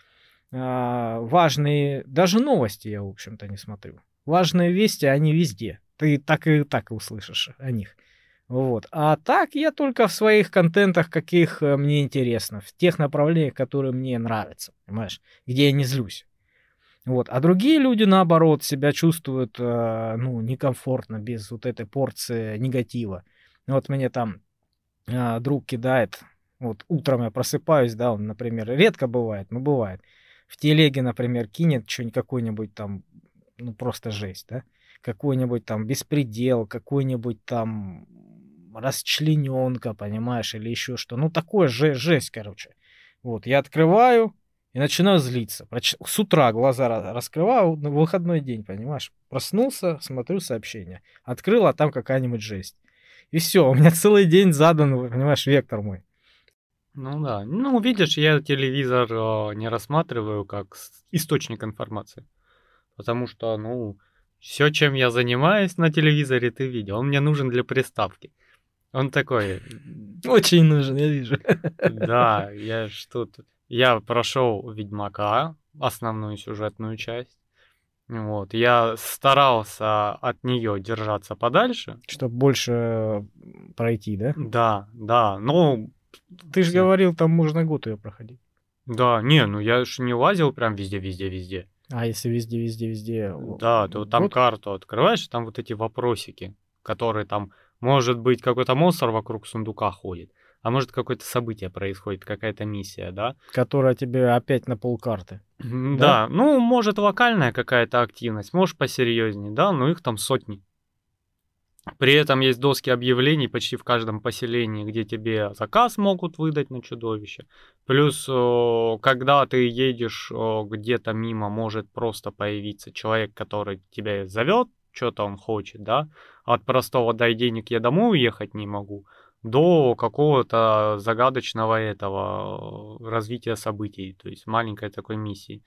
S2: а, важные, даже новости я, в общем-то, не смотрю. Важные вести, они везде. Ты так и так и услышишь о них. Вот. А так я только в своих контентах, каких э, мне интересно, в тех направлениях, которые мне нравятся, понимаешь, где я не злюсь. Вот. А другие люди, наоборот, себя чувствуют, э, ну, некомфортно, без вот этой порции негатива. Вот мне там а, друг кидает, вот утром я просыпаюсь, да, он, например, редко бывает, но бывает. В телеге, например, кинет что-нибудь, какой-нибудь там, ну, просто жесть, да, какой-нибудь там беспредел, какой-нибудь там расчлененка, понимаешь, или еще что. Ну, такое же, жесть, короче. Вот, я открываю и начинаю злиться. Проч- С утра глаза ра- раскрываю, на выходной день, понимаешь. Проснулся, смотрю сообщение. Открыл, а там какая-нибудь жесть. И все, у меня целый день задан, вы понимаешь, вектор мой.
S1: Ну да. Ну, видишь, я телевизор э, не рассматриваю как с- источник информации. Потому что, ну, все, чем я занимаюсь на телевизоре, ты видел. Он мне нужен для приставки. Он такой,
S2: Очень нужен, я вижу.
S1: да, я что тут... Я прошел Ведьмака, основную сюжетную часть. Вот, я старался от нее держаться подальше.
S2: Чтобы больше э, пройти, да?
S1: Да, да, ну,
S2: Ты же
S1: всё.
S2: говорил, там можно год ее проходить.
S1: Да, не, ну я ж не лазил прям везде, везде, везде.
S2: А если везде, везде, везде... о,
S1: Да, ты вот там
S2: год?
S1: карту открываешь, и там вот эти вопросики, которые там, может быть, какой-то монстр вокруг сундука ходит, а может какое-то событие происходит, какая-то миссия, да?
S2: Которая тебе опять на полкарты.
S1: М,
S2: Да?
S1: Да, ну, может, локальная какая-то активность, может, посерьезнее, да, но их там сотни. При этом есть доски объявлений почти в каждом поселении, где тебе заказ могут выдать на чудовище. Плюс, о, когда ты едешь о, где-то мимо, может просто появиться человек, который тебя зовет, что-то он хочет, да. От простого «дай денег, я домой уехать не могу» до какого-то загадочного этого э, развития событий, то есть маленькой такой миссии.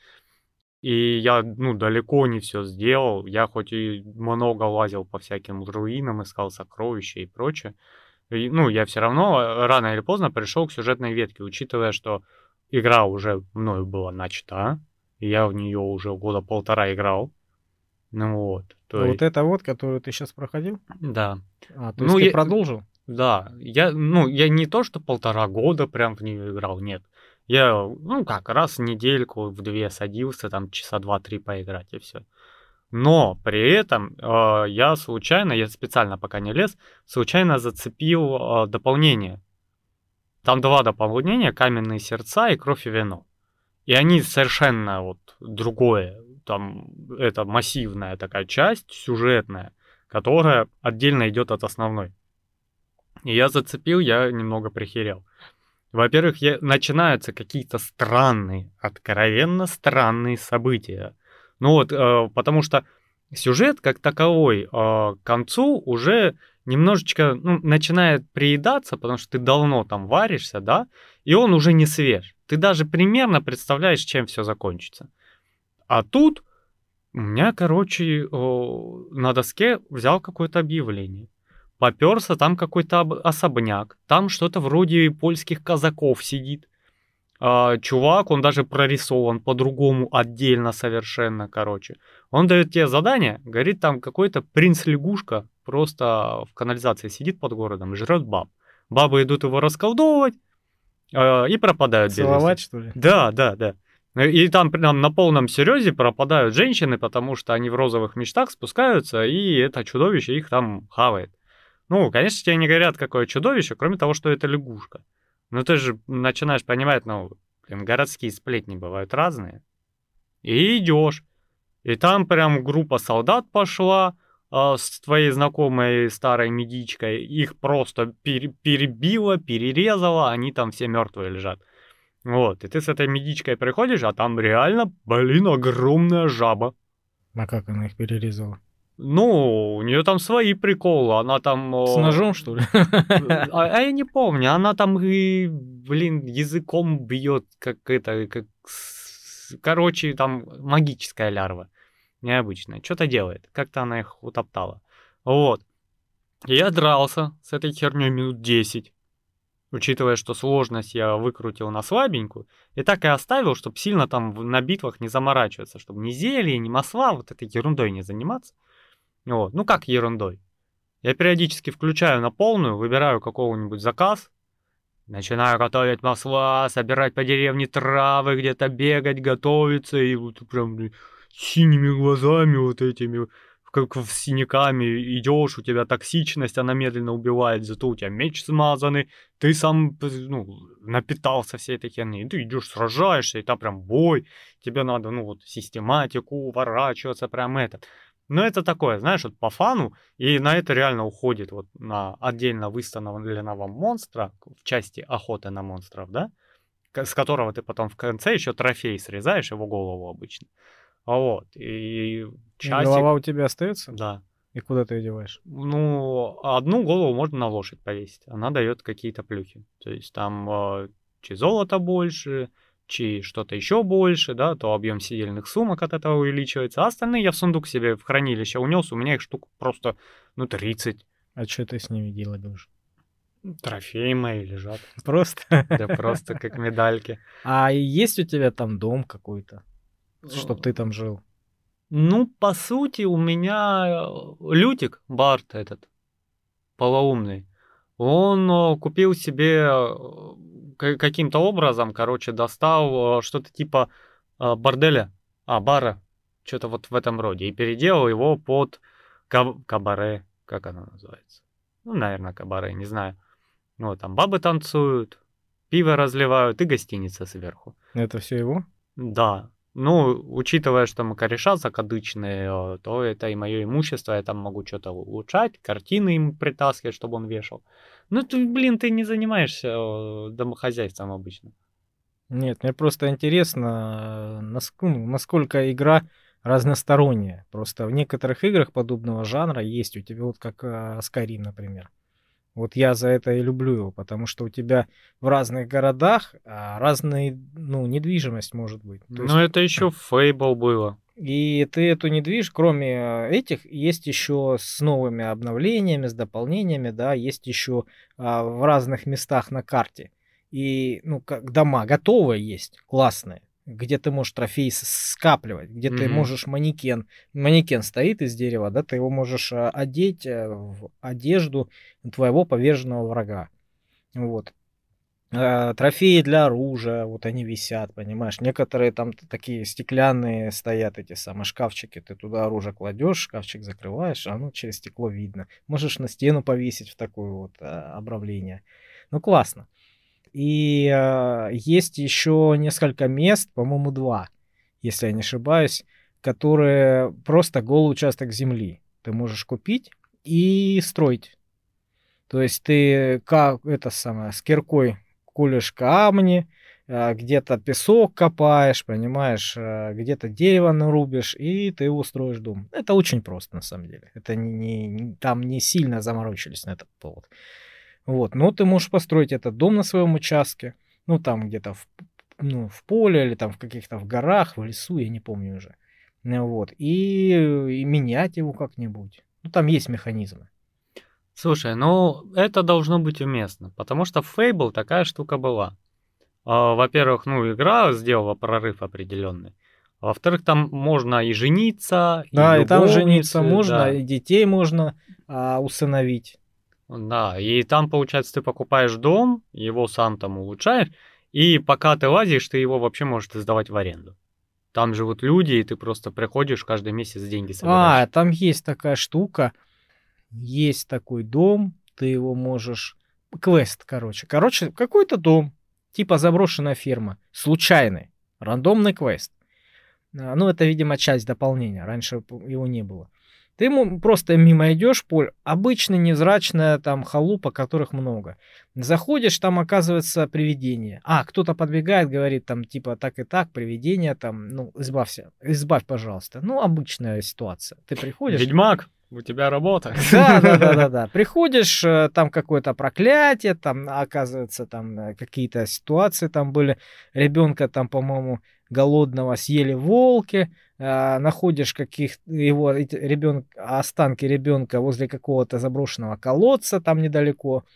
S1: И я, ну, далеко не все сделал. Я хоть и много лазил по всяким руинам, искал сокровища и прочее. И, ну, я все равно э, рано или поздно пришел к сюжетной ветке, учитывая, что игра уже мною была начата, и я в нее уже года полтора играл. Ну вот, то
S2: Вот
S1: есть,
S2: это вот, которую ты сейчас проходил?
S1: да.
S2: А, то есть
S1: Ну,
S2: ты
S1: я,
S2: продолжил?
S1: да, я, ну, я не то, что полтора года прям в нее играл, нет. Я, ну, как, раз в недельку, в две садился, там, часа два-три поиграть, и все. Но при этом э, я случайно, я специально пока не лез, случайно зацепил э, дополнение. Там два дополнения: каменные сердца и кровь и вино. И они совершенно вот другое. Там это массивная такая часть, сюжетная, которая отдельно идет от основной. И я зацепил, я немного прихерел. Во-первых, я, начинаются какие-то странные, откровенно странные события. Ну вот, э, потому что сюжет как таковой э, к концу уже немножечко ну, начинает приедаться, потому что ты давно там варишься, да, и он уже не свеж. Ты даже примерно представляешь, чем все закончится. А тут у меня, короче, о, на доске взял какое-то объявление. Попёрся, там какой-то об- особняк. Там что-то вроде польских казаков сидит. А, чувак, он даже прорисован по-другому, отдельно совершенно, короче. Он дает тебе задание, говорит, там какой-то принц-лягушка просто в канализации сидит под городом, жрет баб. Бабы идут его расколдовывать а, и пропадают без
S2: Целовать,
S1: вести.
S2: что ли?
S1: Да, да, да. И там прям на полном серьезе пропадают женщины, потому что они в розовых мечтах спускаются, и это чудовище их там хавает. Ну, конечно, тебе не говорят, какое чудовище, кроме того, что это лягушка. Ну, ты же начинаешь понимать, ну, блин, городские сплетни бывают разные. И идешь. И там прям группа солдат пошла а, с твоей знакомой старой медичкой. Их просто пере- перебила, перерезала, они там все мертвые лежат. Вот, и ты с этой медичкой приходишь, а там реально, блин, огромная жаба.
S2: А как она их перерезала?
S1: Ну, у нее там свои приколы, она там...
S2: С
S1: о,
S2: ножом, что ли?
S1: А, а я не помню, она там и, блин, языком бьет, как это, как... с- Короче, там магическая лярва. Необычная. Что-то делает. Как-то она их утоптала. Вот. И я дрался с этой херней минут десять. Учитывая, что сложность я выкрутил на слабенькую, и так и оставил, чтобы сильно там в- на битвах не заморачиваться, чтобы ни зелье, ни масла, вот этой ерундой не заниматься. Вот. Ну как ерундой? Я периодически включаю на полную, выбираю какого-нибудь заказ, начинаю готовить масла, собирать по деревне травы, где-то бегать, готовиться, и вот прям блин, синими глазами вот этими, как с синяками идешь, у тебя токсичность, она медленно убивает, зато у тебя меч смазанный, ты сам ну, напитался всей этой херней, и ты идешь, сражаешься, и там прям бой, тебе надо, ну вот, систематику, уворачиваться, прям это. Но это такое, знаешь, вот по фану, и на это реально уходит вот на отдельно выставленного монстра в части охоты на монстров, да, к- с которого ты потом в конце еще трофей срезаешь, его голову обычно. А Вот, и
S2: И
S1: часик,
S2: голова у тебя остается?
S1: да.
S2: И куда ты ее деваешь?
S1: Ну, одну голову можно на лошадь повесить, она дает какие-то плюхи. То есть там э, чи золото больше, чи что-то еще больше, да, то объем сидельных сумок от этого увеличивается. А остальные я в сундук себе в хранилище унес, у меня их штук просто, ну, тридцать.
S2: А что ты с ними делать будешь?
S1: Трофеи мои лежат.
S2: Просто.
S1: Да просто как медальки.
S2: А есть у тебя там дом какой-то, чтоб ты там жил?
S1: Ну, по сути, у меня э, Лютик, Барт этот, полоумный, он э, купил себе э, ка- каким-то образом, короче, достал э, что-то типа э, борделя, а, бара, что-то вот в этом роде, и переделал его под каб- кабаре, как оно называется? Ну, наверное, кабаре, не знаю. Вот, там бабы танцуют, пиво разливают и гостиница сверху.
S2: Это все его?
S1: Да. Ну, учитывая, что мы кореша закадычные, э, то это и мое имущество, я там могу что-то улучшать, картины ему притаскивать, чтобы он вешал. Ну, ты, блин, ты не занимаешься э, домохозяйством обычно.
S2: Нет, мне просто интересно, наск- ну, насколько игра разносторонняя. Просто в некоторых играх подобного жанра есть у тебя, вот как а, Skyrim, например. Вот я за это и люблю его, потому что у тебя в разных городах а, разная, ну, недвижимость может быть. То есть,
S1: Но это еще в Fable было.
S2: и ты эту недвижимость, кроме а, этих, есть еще с новыми обновлениями, с дополнениями, да, есть еще а, в разных местах на карте. И, ну, как дома готовые есть, классные, где ты можешь трофеи с- скапливать, где ты
S1: Мгм.
S2: можешь манекен, манекен стоит из дерева, да, ты его можешь а, одеть э, в одежду твоего поверженного врага. Вот. Э, Трофеи для оружия, вот они висят, понимаешь. Некоторые там т- такие стеклянные стоят, эти самые шкафчики. Ты туда оружие кладешь, шкафчик закрываешь, а оно через стекло видно. Можешь на стену повесить в такое вот а, обравление. Ну, классно. И а, есть еще несколько мест, по-моему, два, если я не ошибаюсь, которые просто голый участок земли ты можешь купить и строить. То есть ты как это самое, с киркой колешь камни, а, где-то песок копаешь, понимаешь, а, где-то дерево нарубишь, и ты устроишь дом. Это очень просто, на самом деле. Это не, не- там не сильно заморочились на этот повод. Вот, но ты можешь построить этот дом на своем участке, ну, там где-то в, п- ну, в поле или там в каких-то в горах, в лесу, я не помню уже. Ну, вот, и, и менять его как-нибудь. Ну, там есть механизмы.
S1: Слушай, ну это должно быть уместно, потому что в Fable такая штука была. А, Во-первых, ну игра сделала прорыв определенный. А Во-вторых, там можно и жениться, и
S2: Да, и там жениться
S1: любовницы,
S2: можно,
S1: да.
S2: и детей можно а, усыновить.
S1: Да, и там, получается, ты покупаешь дом, его сам там улучшаешь, и пока ты лазишь, ты его вообще можешь сдавать в аренду. Там живут люди, и ты просто приходишь каждый месяц деньги
S2: А,
S1: собираешь.
S2: там есть такая штука, есть такой дом, ты его можешь... Квест, короче. Короче, какой-то дом, типа заброшенная ферма, случайный, рандомный квест. А, ну, это, видимо, часть дополнения, раньше п- его не было. Ты ему просто мимо идешь, поле, обычная невзрачная там халупа, которых много. Заходишь, там оказывается привидение. А, кто-то подбегает, говорит там типа так и так, привидение там, ну, избавься, избавь, пожалуйста. Ну, обычная ситуация. Ты приходишь,
S1: Ведьмак, у тебя работа.
S2: да, да, да, да, да. Приходишь, э, там какое-то проклятие, там оказывается там э, какие-то ситуации там были. Ребенка там, по-моему, голодного съели волки. а, Находишь каких его ребенка, останки ребенка возле какого-то заброшенного колодца там недалеко.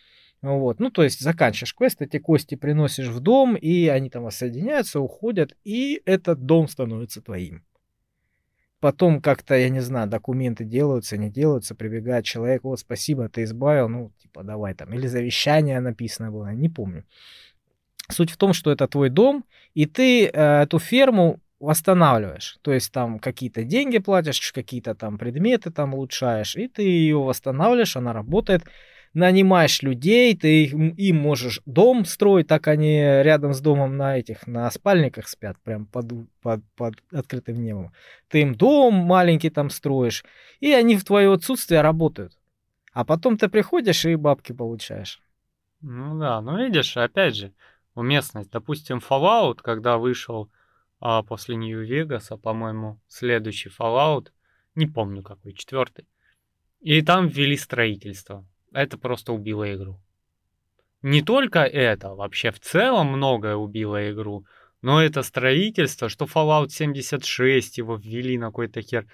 S2: Вот. Ну, то есть заканчиваешь квест, эти кости приносишь в дом, и они там воссоединяются, уходят, и этот дом становится твоим. Потом как-то, я не знаю, документы делаются, не делаются, прибегает человек, вот, спасибо, ты избавил, ну, типа, давай там. Или завещание написано было, не помню. Суть в том, что это твой дом, и ты э, эту ферму восстанавливаешь. То есть там какие-то деньги платишь, какие-то там предметы там улучшаешь, и ты ее восстанавливаешь, она работает. Нанимаешь людей, ты им, им можешь дом строить, так они рядом с домом на этих, на спальниках спят, прям под, у- под, под открытым небом. Ты им дом маленький там строишь, и они в твое отсутствие работают. А потом ты приходишь и бабки получаешь.
S1: Ну да, ну видишь, опять же, уместность. Допустим, Fallout, когда вышел а, после Нью-Вегаса, по-моему, следующий Fallout, не помню какой, четвертый. И там ввели строительство. Это просто убило игру. Не только это, вообще в целом многое убило игру, но это строительство, что Fallout семьдесят шесть его ввели на какой-то хер.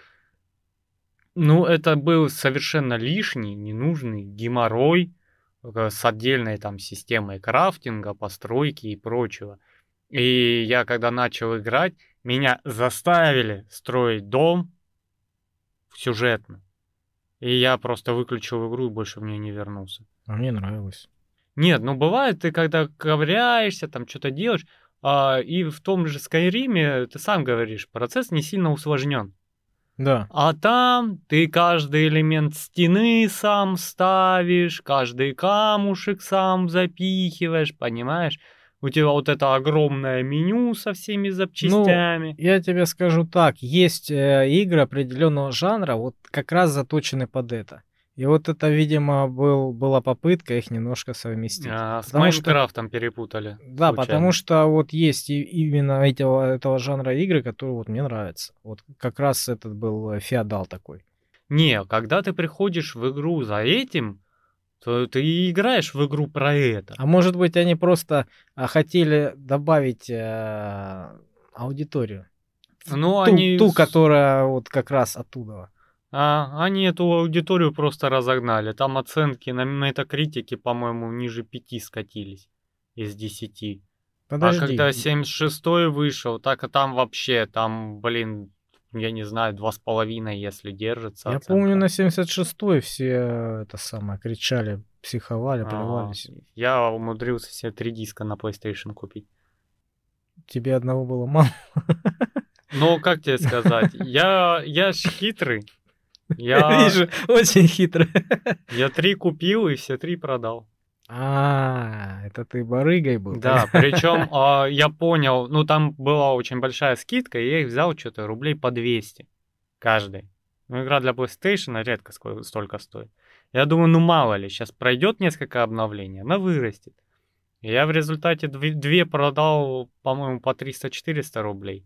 S1: Ну, это был совершенно лишний, ненужный геморрой э, с отдельной там системой крафтинга, постройки и прочего. И я когда начал играть, меня заставили строить дом сюжетно. И я просто выключил игру и больше в нее не вернулся.
S2: А мне нравилось.
S1: Нет, ну бывает, ты когда ковыряешься, там что-то делаешь, а, и в том же Скайриме, ты сам говоришь, процесс не сильно усложнен.
S2: Да.
S1: А там ты каждый элемент стены сам ставишь, каждый камушек сам запихиваешь, понимаешь? У тебя вот это огромное меню со всеми
S2: Ну,
S1: запчастями.
S2: я тебе скажу так, есть э, игры определенного жанра, вот как раз заточены под это. И вот это, видимо, был, была попытка их немножко совместить.
S1: А, с
S2: Потому что,
S1: Майнкрафтом перепутали.
S2: да,
S1: случайно.
S2: потому что вот есть и именно этого, этого жанра игры, которые вот мне нравятся. Вот как раз этот был э, феодал такой.
S1: Не, когда ты приходишь в игру за этим, то ты и играешь в игру про это.
S2: А может быть, они просто а, хотели добавить э, аудиторию.
S1: Ну,
S2: Ту,
S1: они,
S2: ту,
S1: с-
S2: которая вот как раз оттуда.
S1: а, они эту аудиторию просто разогнали. Там оценки на метакритике, по-моему, ниже пяти скатились из десяти. А
S2: Подожди.
S1: когда семьдесят шестой вышел, так и там вообще, там, блин, я не знаю, два с половиной, если держится
S2: Я
S1: оценка.
S2: помню, на семьдесят шестой все э, это самое кричали, психовали,
S1: А,
S2: плевались.
S1: я умудрился себе три диска на PlayStation купить.
S2: Тебе одного было мало.
S1: Ну, как тебе сказать, я, я ж хитрый. Я,
S2: Вижу, очень хитро.
S1: я три купил и все три продал.
S2: А, это ты барыгой был.
S1: Да, причем а, я понял, ну там была очень большая скидка, и я их взял что-то рублей по двести каждый. Ну, игра для PlayStation редко ско- столько стоит. Я думаю, ну мало ли, сейчас пройдет несколько обновлений, она вырастет. И я в результате две, две продал, по-моему, по триста-четыреста рублей,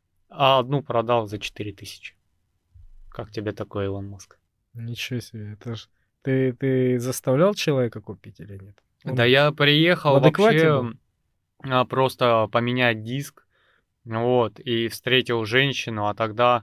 S1: а одну продал за четыре тысячи. Как тебе такой, Илон Маск?
S2: Ничего себе, это ж... Ты, ты заставлял человека купить или нет? Он
S1: Да я приехал
S2: в адеквате
S1: вообще а, просто поменять диск, вот, и встретил женщину, а тогда,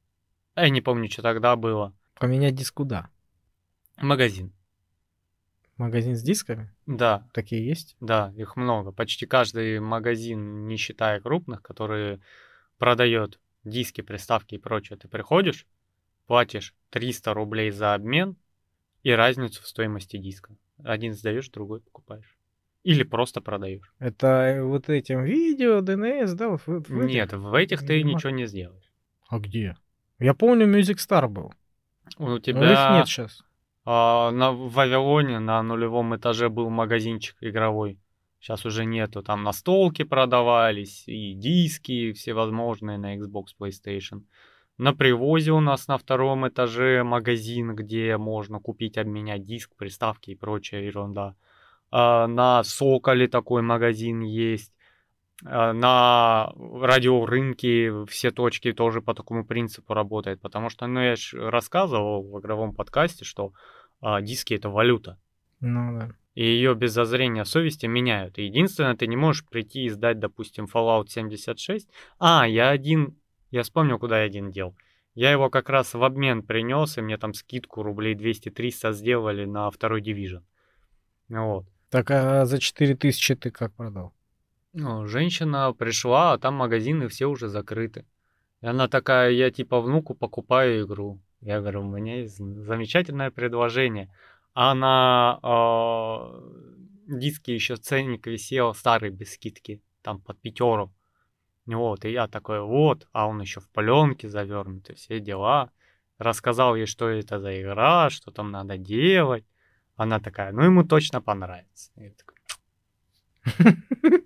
S1: я не помню, что тогда было,
S2: поменять диск куда?
S1: магазин.
S2: Магазин с дисками?
S1: Да,
S2: Такие есть?
S1: да, их много. Почти каждый магазин, не считая крупных, который продает диски, приставки и прочее, ты приходишь, платишь триста рублей за обмен и разницу в стоимости диска. Один сдаешь, другой покупаешь. Или просто продаешь.
S2: Это э, вот этим видео, ди эн эс, да? Вот в- в этих?
S1: Нет, в этих ты
S2: Нема.
S1: ничего не сделаешь.
S2: А где? Я помню, Music Star был.
S1: У
S2: Но их
S1: тебя
S2: нет сейчас.
S1: а, на, в Вавилоне на нулевом этаже был магазинчик игровой. Сейчас уже нету. Там настолки продавались, и диски всевозможные на Xbox, PlayStation. На привозе у нас на втором этаже магазин, где можно купить, обменять диск, приставки и прочая ерунда. А, на Соколе такой магазин есть. А, на радиорынке все точки тоже по такому принципу работают. Потому что, ну, я же рассказывал в игровом подкасте, что а, диски это валюта.
S2: Ну да.
S1: И ее без зазрения совести меняют. И единственное, ты не можешь прийти и сдать, допустим, Fallout семьдесят шесть. А, я один... Я вспомнил, куда я один дел. Я его как раз в обмен принес, и мне там скидку рублей двести-триста сделали на второй Division. Вот.
S2: Так, а за четыре тысячи ты как продал?
S1: Ну, женщина пришла, а там магазины все уже закрыты. И она такая, я типа внуку покупаю игру. Я говорю, у меня есть замечательное предложение. А на э, диске еще ценник висел старый без скидки, там под пятеру. Вот, и я такой, вот, а он еще в пленке завернутый, все дела. Рассказал ей, что это за игра, что там надо делать. Она такая, ну ему точно понравится. Я такой,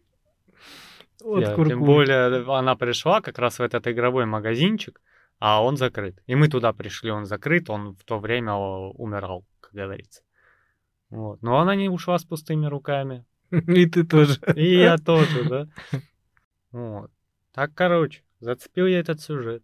S2: Вот
S1: я, тем
S2: куркуль.
S1: более она пришла как раз в этот игровой магазинчик, а он закрыт. И мы туда пришли, он закрыт, он в то время о, умирал, как говорится. Вот. Но она не ушла с пустыми руками.
S2: И ты тоже.
S1: И я тоже, да. Вот. Так, короче, зацепил я этот сюжет.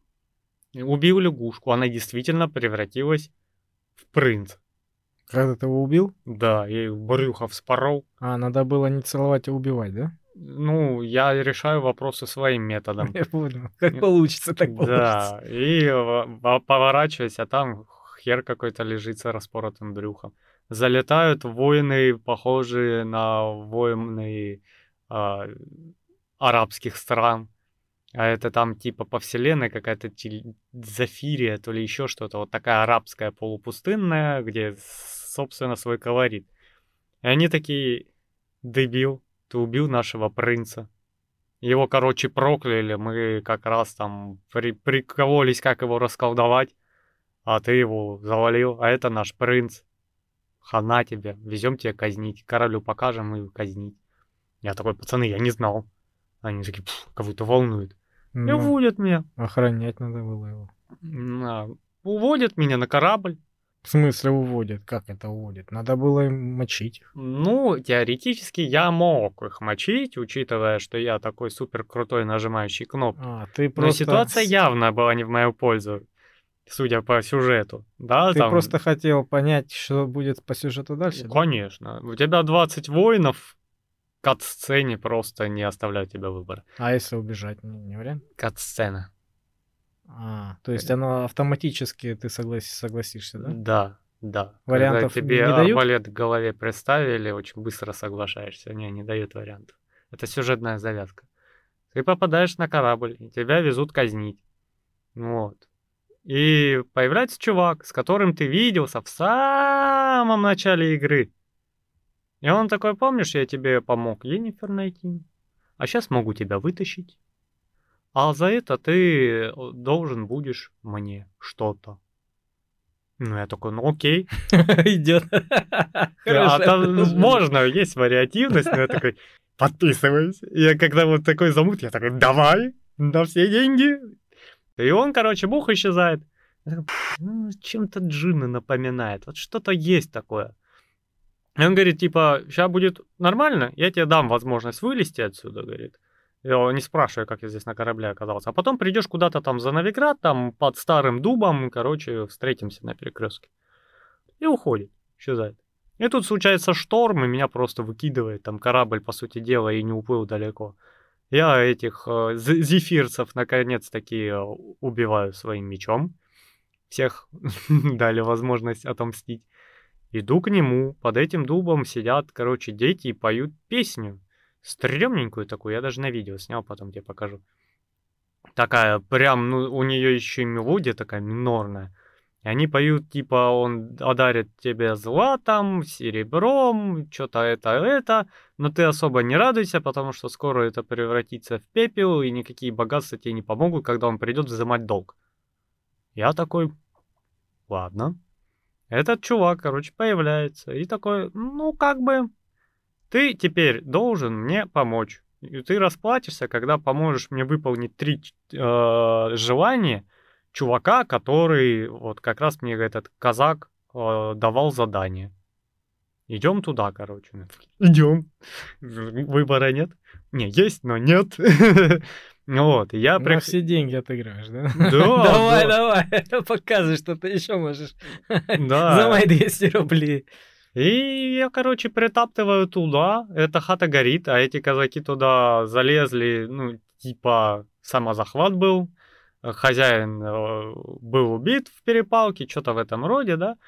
S1: И убил лягушку. Она действительно превратилась в принца.
S2: Когда ты его убил?
S1: Да, я ее брюхо вспорол.
S2: А, надо было не целовать, а убивать, да?
S1: Ну, я решаю вопросы своим методом.
S2: Я понял. Как получится, так получится.
S1: Да, и э, поворачиваюсь, а там хер какой-то лежит с распоротым брюхом. Залетают воины, похожие на воины а, арабских стран. А это там типа по вселенной какая-то тель- Зафирия, то ли еще что-то. Вот такая арабская полупустынная, где, собственно, свой колорит. И они такие, дебил, ты убил нашего принца. Его, короче, прокляли, мы как раз там при- прикололись, как его расколдовать, а ты его завалил, а это наш принц. Хана тебе, везем тебя казнить, королю покажем и казнить. Я такой, пацаны, я не знал. Они такие, кого-то волнует. И
S2: Ну,
S1: уводят меня.
S2: охранять надо было его.
S1: На, уводят меня на корабль.
S2: В смысле уводят? Как это уводят? Надо было им мочить их.
S1: Ну, теоретически я мог их мочить, учитывая, что я такой супер крутой нажимающий кнопки.
S2: А, ты
S1: Но
S2: просто...
S1: ситуация явно была не в мою пользу, судя по сюжету. Да,
S2: Ты
S1: там...
S2: просто хотел понять, что будет по сюжету дальше?
S1: Ну,
S2: да?
S1: конечно. У тебя двадцать воинов, кат-сцене просто не оставляют тебя выбора.
S2: А если убежать, не, не вариант?
S1: Кат-сцена.
S2: А, то есть оно автоматически ты соглас... согласишься, да?
S1: Да, да.
S2: Вариантов
S1: Когда тебе
S2: не дают?
S1: арбалет в голове представили, очень быстро соглашаешься. Не, не дают вариантов. Это сюжетная завязка. Ты попадаешь на корабль, и тебя везут казнить. Вот. И появляется чувак, с которым ты виделся в самом начале игры. И он такой, помнишь, я тебе помог Йеннифер найти? А сейчас могу тебя вытащить. А за это ты должен будешь мне что-то. Ну, я такой, ну окей.
S2: Идет.
S1: А там можно, есть вариативность, но я такой, подписываюсь. Я когда вот такой замут, я такой, давай, на все деньги. И он, короче, бух исчезает. Я такой, ну, чем-то джинна напоминает. Вот что-то есть такое. И он говорит, типа, сейчас будет нормально, я тебе дам возможность вылезти отсюда, говорит. Я не спрашиваю, как я здесь на корабле оказался. А потом придешь куда-то там за Новиград, там под старым дубом, короче, встретимся на перекрестке. И уходит, исчезает. И тут случается шторм, и меня просто выкидывает. Там корабль, по сути дела, и не уплыл далеко. Я этих э, зефирцев, наконец-таки, э, убиваю своим мечом. Всех дали возможность отомстить. Иду к нему, под этим дубом сидят, короче, дети и поют песню. Стрёмненькую такую, я даже на видео снял, потом тебе покажу. Такая, прям, ну, у нее еще и мелодия такая минорная. И они поют, типа, он одарит тебе златом, серебром, что-то это, это. Но ты особо не радуйся, потому что скоро это превратится в пепел, и никакие богатства тебе не помогут, когда он придет взимать долг. Я такой, ладно. Этот чувак, короче, появляется и такой, ну, как бы, ты теперь должен мне помочь. И ты расплатишься, когда поможешь мне выполнить три э, желания чувака, который, вот как раз мне этот казак э, давал задание. Идем туда, короче. Идем. Выбора нет. Не, есть, но нет. Вот, и я...
S2: На
S1: прих-
S2: все деньги отыграешь, да?
S1: Да,
S2: Давай,
S1: да.
S2: давай, показывай, что ты еще можешь.
S1: Да.
S2: За мои двести рублей.
S1: И я, короче, притаптываю туда, эта хата горит, а эти казаки туда залезли, ну, типа, самозахват был, хозяин э, был убит в перепалке, что-то в этом роде, да.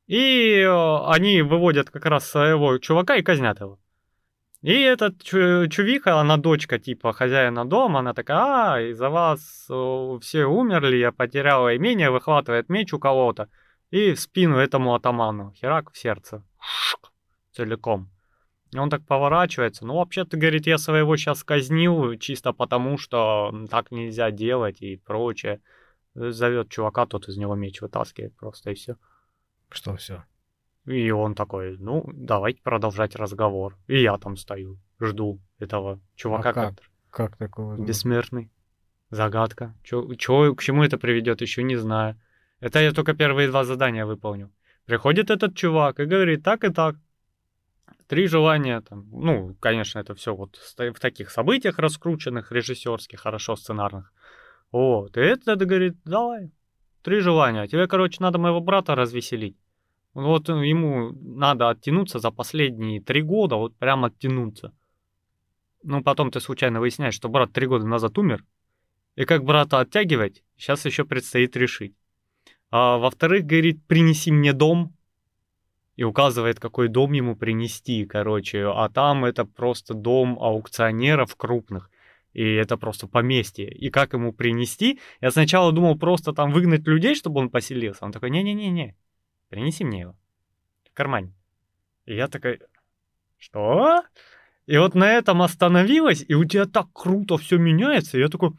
S1: И э, они выводят как раз своего чувака и казнят его. И этот чу- чувиха, она дочка типа хозяина дома, она такая, а, из-за вас э, все умерли, я потеряла имение, выхватывает меч у кого-то и в спину этому атаману, херак в сердце, Шк, целиком. И он так поворачивается, ну вообще-то, говорит, я своего сейчас казнил, чисто потому, что м, так нельзя делать и прочее. Зовет чувака, тот из него меч вытаскивает просто и все.
S2: Что все?
S1: И он такой, ну, давайте продолжать разговор. И я там стою, жду этого чувака,
S2: А как?
S1: который
S2: Как такое возможно?
S1: бессмертный. Загадка. Чё, чё, к чему это приведет, еще не знаю. Это я только первые два задания выполнил. Приходит этот чувак и говорит, так и так. Три желания там. Ну, конечно, это все вот ста- в таких событиях раскрученных, режиссерских, хорошо сценарных. Вот. И этот говорит, давай. Три желания. Тебе, короче, надо моего брата развеселить. Вот э, ему надо оттянуться за последние три года, вот прям оттянуться. Ну, потом ты случайно выясняешь, что брат три года назад умер. И как брата оттягивать, сейчас еще предстоит решить. А во-вторых, говорит, принеси мне дом. И указывает, какой дом ему принести, короче. А там это просто дом аукционеров крупных. И это просто поместье. И как ему принести? Я сначала думал просто там выгнать людей, чтобы он поселился. Он такой, не-не-не-не, принеси мне его. В кармане. И я такой, что? И вот на этом остановилось, и у тебя так круто все меняется. И я такой,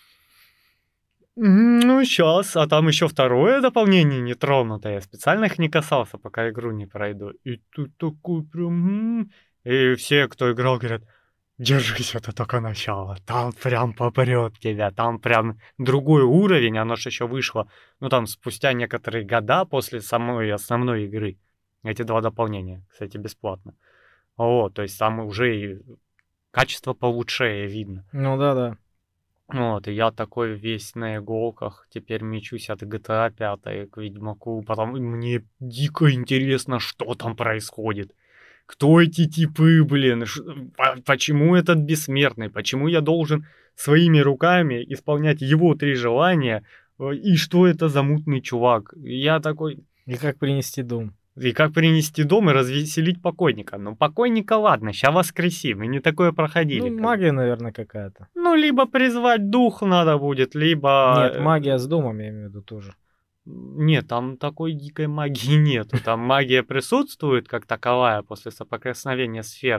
S1: «М, ну сейчас, а там еще второе дополнение нетронутое. Я специально их не касался, пока игру не пройду. И тут такой прям... м. И все, кто играл, говорят, держись, это только начало. Там прям попрет тебя, там прям другой уровень, оно же еще вышло, ну там спустя некоторые года после самой основной игры. Эти два дополнения, кстати, бесплатно. Вот, то есть там уже и качество получше видно.
S2: Ну да, да.
S1: Вот, и я такой весь на иголках, теперь мечусь от джи ти эй пять к Ведьмаку, потому мне дико интересно, что там происходит. Кто эти типы, блин, ш- по- почему этот бессмертный, почему я должен своими руками исполнять его три желания, э, и что это за мутный чувак. И я такой,
S2: И как принести дом?
S1: и как принести дом и развеселить покойника. Ну, покойника ладно, ща воскреси, мы не такое проходили.
S2: Ну,
S1: как бы.
S2: магия, наверное, какая-то.
S1: Ну, либо призвать дух надо будет, либо...
S2: Нет,
S1: э,
S2: магия с домом, я имею в виду тоже.
S1: Нет, там такой дикой магии нету. Там магия присутствует как таковая после соприкосновения сфер.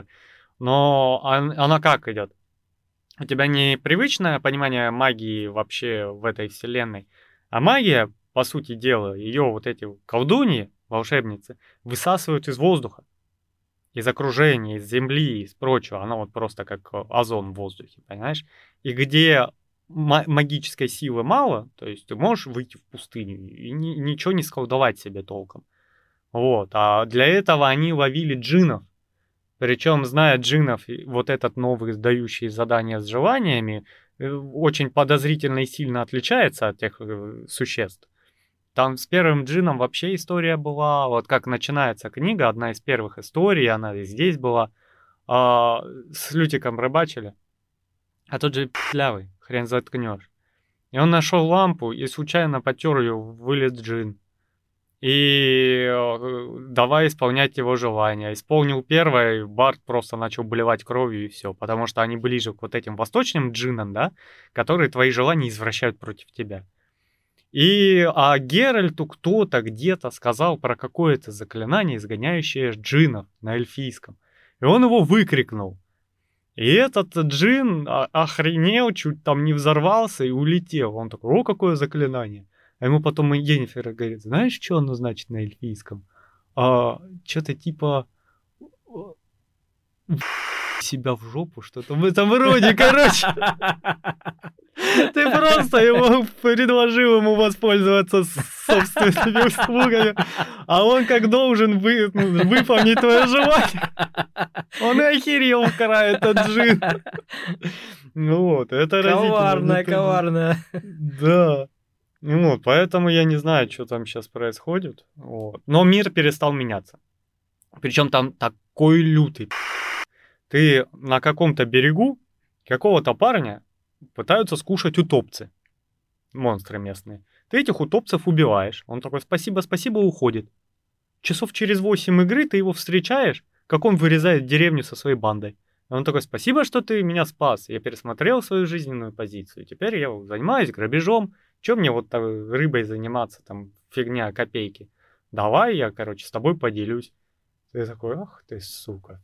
S1: Но он- она как идет? У тебя не привычное понимание магии вообще в этой вселенной, а магия, по сути дела, ее вот эти колдуньи, волшебницы, высасывают из воздуха, из окружения, из земли, из прочего. Она вот просто как э, озон в воздухе, понимаешь? И где ма- магической силы мало, то есть ты можешь выйти в пустыню и ни- ничего не сколдовать себе толком. Вот. А для этого они ловили джиннов. Причем, зная джиннов, и вот этот новый сдающий задания с желаниями, э, очень подозрительно и сильно отличается от тех э, существ. Там с первым джином вообще история была, вот как начинается книга, одна из первых историй, она и здесь была, а, с Лютиком рыбачили, а тот же питлявый, хрен заткнешь. И он нашел лампу и случайно потер ее, вылез джин. И э, давай исполнять его желание. Исполнил первое, и Барт просто начал блевать кровью и все, потому что они ближе к вот этим восточным джинам, да, которые твои желания извращают против тебя. И а Геральту кто-то где-то сказал про какое-то заклинание, изгоняющее джинов на эльфийском. И он его выкрикнул. И этот джин а- охренел, чуть там не взорвался и улетел. Он такой, о, какое заклинание. А ему потом и Йеннифер говорит, знаешь, что оно значит на эльфийском? А, что-то типа себя в жопу, что-то в этом роде, короче. Ты просто его предложил ему воспользоваться собственными услугами, а он как должен вы, ну, выполнить твое желание. Он и охерел в край, этот джин. Ну вот, это разительно.
S2: Коварная,
S1: Это-
S2: коварная.
S1: Да. Ну вот, поэтому я не знаю, что там сейчас происходит. Вот. Но мир перестал меняться. Причем там такой лютый. Ты на каком-то берегу какого-то парня пытаются скушать утопцы. Монстры местные. Ты этих утопцев убиваешь. Он такой, спасибо, спасибо, уходит. часов через восемь игры ты его встречаешь, как он вырезает деревню со своей бандой. И он такой: спасибо, что ты меня спас. Я пересмотрел свою жизненную позицию. Теперь я занимаюсь грабежом. Чем мне вот рыбой заниматься, там, фигня, копейки. Давай я, короче, с тобой поделюсь. Ты такой: ах ты, сука.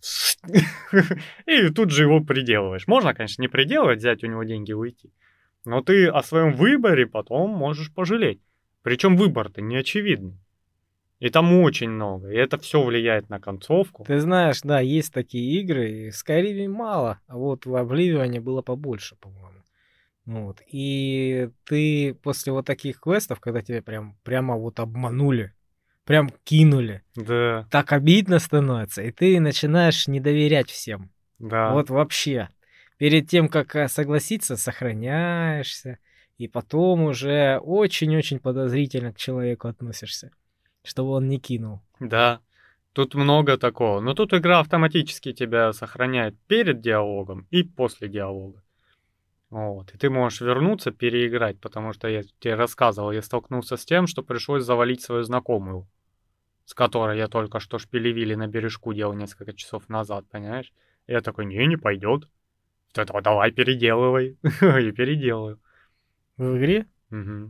S1: И тут же его приделываешь. Можно, конечно, не приделывать, взять у него деньги и уйти. Но ты о своем выборе потом можешь пожалеть. Причем выбор-то не очевидный. И там очень много. И это все влияет на концовку.
S2: Ты знаешь, да, есть такие игры. И в Skyrim мало, а вот в Обливионе было побольше, по-моему. Вот. И ты после вот таких квестов, когда тебя прям прямо вот обманули, прям кинули,
S1: Да,
S2: так обидно становится, и ты начинаешь не доверять всем.
S1: да.
S2: Вот вообще. Перед тем, как э, согласиться, сохраняешься, и потом уже очень-очень подозрительно к человеку относишься, чтобы он не кинул.
S1: Да, тут много такого. Но тут игра автоматически тебя сохраняет перед диалогом и после диалога. Вот. И ты можешь вернуться, переиграть, потому что я тебе рассказывал, я столкнулся с тем, что пришлось завалить свою знакомую, с которой я только что шпилевили на бережку делал несколько часов назад, понимаешь? И я такой: не, не пойдет. Это давай переделывай. И переделаю.
S2: В игре?
S1: Угу.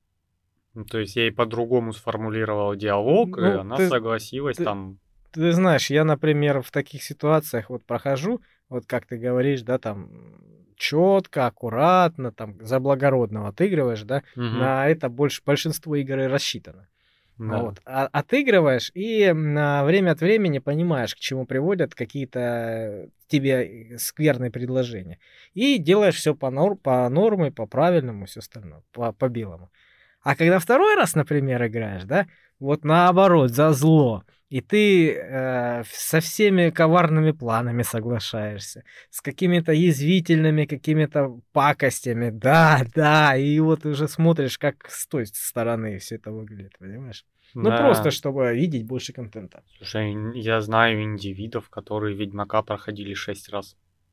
S1: Ну, то есть я ей по-другому сформулировал диалог, и
S2: Ну,
S1: она
S2: ты-
S1: согласилась
S2: ты-
S1: там.
S2: Ты знаешь, я, например, в таких ситуациях вот прохожу, вот как ты говоришь, да, там четко, аккуратно, там за благородного отыгрываешь, да,
S1: Мгм.
S2: на это больше большинство игр и рассчитано.
S1: Да.
S2: Вот. А отыгрываешь и на время от времени понимаешь, к чему приводят какие-то тебе скверные предложения. И делаешь все по, нор- по норме, по правильному, все остальное, по, по белому. А когда второй раз, например, играешь, да, вот наоборот, за зло, и ты э, со всеми коварными планами соглашаешься, с какими-то язвительными какими-то пакостями, да, да, и вот уже смотришь, как с той стороны все это выглядит, понимаешь? Ну,
S1: Да.
S2: просто чтобы видеть больше контента.
S1: Слушай, ин- я знаю индивидов, которые Ведьмака проходили шесть раз,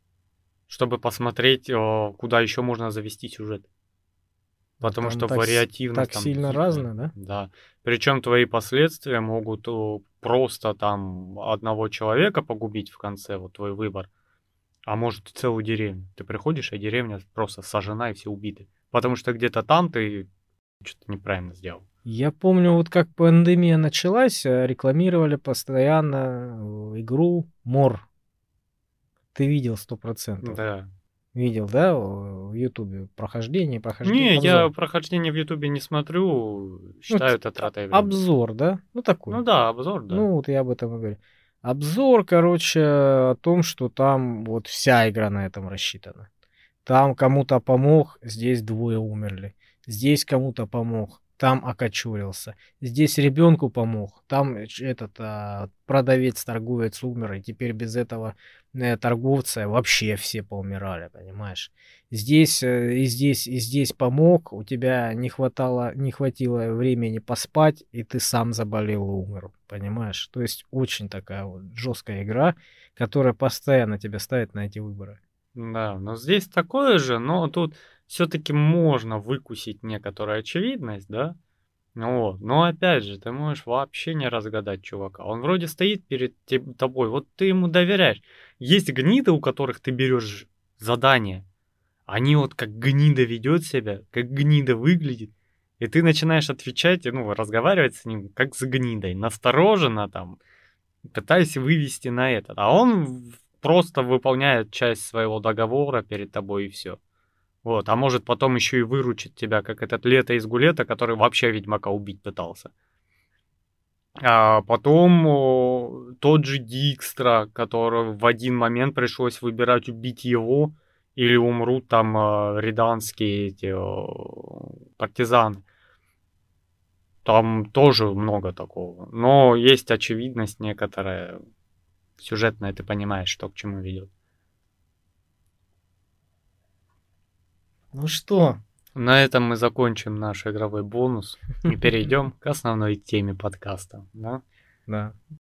S1: чтобы посмотреть, о, куда еще можно завести сюжет. Потому
S2: Там
S1: что
S2: так, с-
S1: вариативность
S2: так
S1: там
S2: сильно
S1: дикая.
S2: разно, да?
S1: Да. Причем твои последствия могут о, просто там одного человека погубить в конце, вот твой выбор. А может и целую деревню. Ты приходишь, а деревня просто сожжена и все убиты. Потому что где-то там ты что-то неправильно сделал.
S2: Я помню, вот как пандемия началась, э, рекламировали постоянно э, игру Мор. Ты видел сто процентов.
S1: Да.
S2: Видел, да, в Ютубе прохождение, прохождение,
S1: Не, я
S2: обзор.
S1: прохождение в Ютубе не смотрю,
S2: Ну,
S1: считаю
S2: т-
S1: это тратой времени.
S2: обзор, да? Ну, такой.
S1: Ну да, обзор, да.
S2: Ну, вот я об этом и говорю. Обзор, короче, о том, что там вот вся игра на этом рассчитана. Там кому-то помог, здесь двое умерли. Здесь кому-то помог, там окочурился. Здесь ребенку помог, там э, ч- этот а, продавец, торговец умер, и теперь без этого э, торговца вообще все поумирали, понимаешь? Здесь э, и здесь и здесь помог, у тебя не хватало, не хватило времени поспать, и ты сам заболел и умер, понимаешь? То есть очень такая вот жесткая игра, которая постоянно тебя ставит на эти выборы.
S1: Да, но здесь такое же, но тут все-таки можно выкусить некоторую очевидность, да? Ну вот. Но опять же, ты можешь вообще не разгадать чувака. Он вроде стоит перед те- тобой, вот ты ему доверяешь. Есть гниды, у которых ты берешь задание. Они вот как гнида ведет себя, как гнида выглядит. И ты начинаешь отвечать, ну, разговаривать с ним как с гнидой. Настороженно там, пытаясь вывести на этот. А он в- просто выполняет часть своего договора перед тобой и все. Вот, а может потом еще и выручит тебя, как этот Лето из Гулета, который вообще Ведьмака убить пытался. А потом о, тот же Дикстра, который в один момент пришлось выбирать, убить его или умрут там а, риданские эти о, партизаны. Там тоже много такого. Но есть очевидность некоторая. Сюжетная, ты понимаешь, что к чему ведет.
S2: Ну что,
S1: На этом мы закончим наш игровой бонус и перейдем к основной теме подкаста. Да?
S2: да.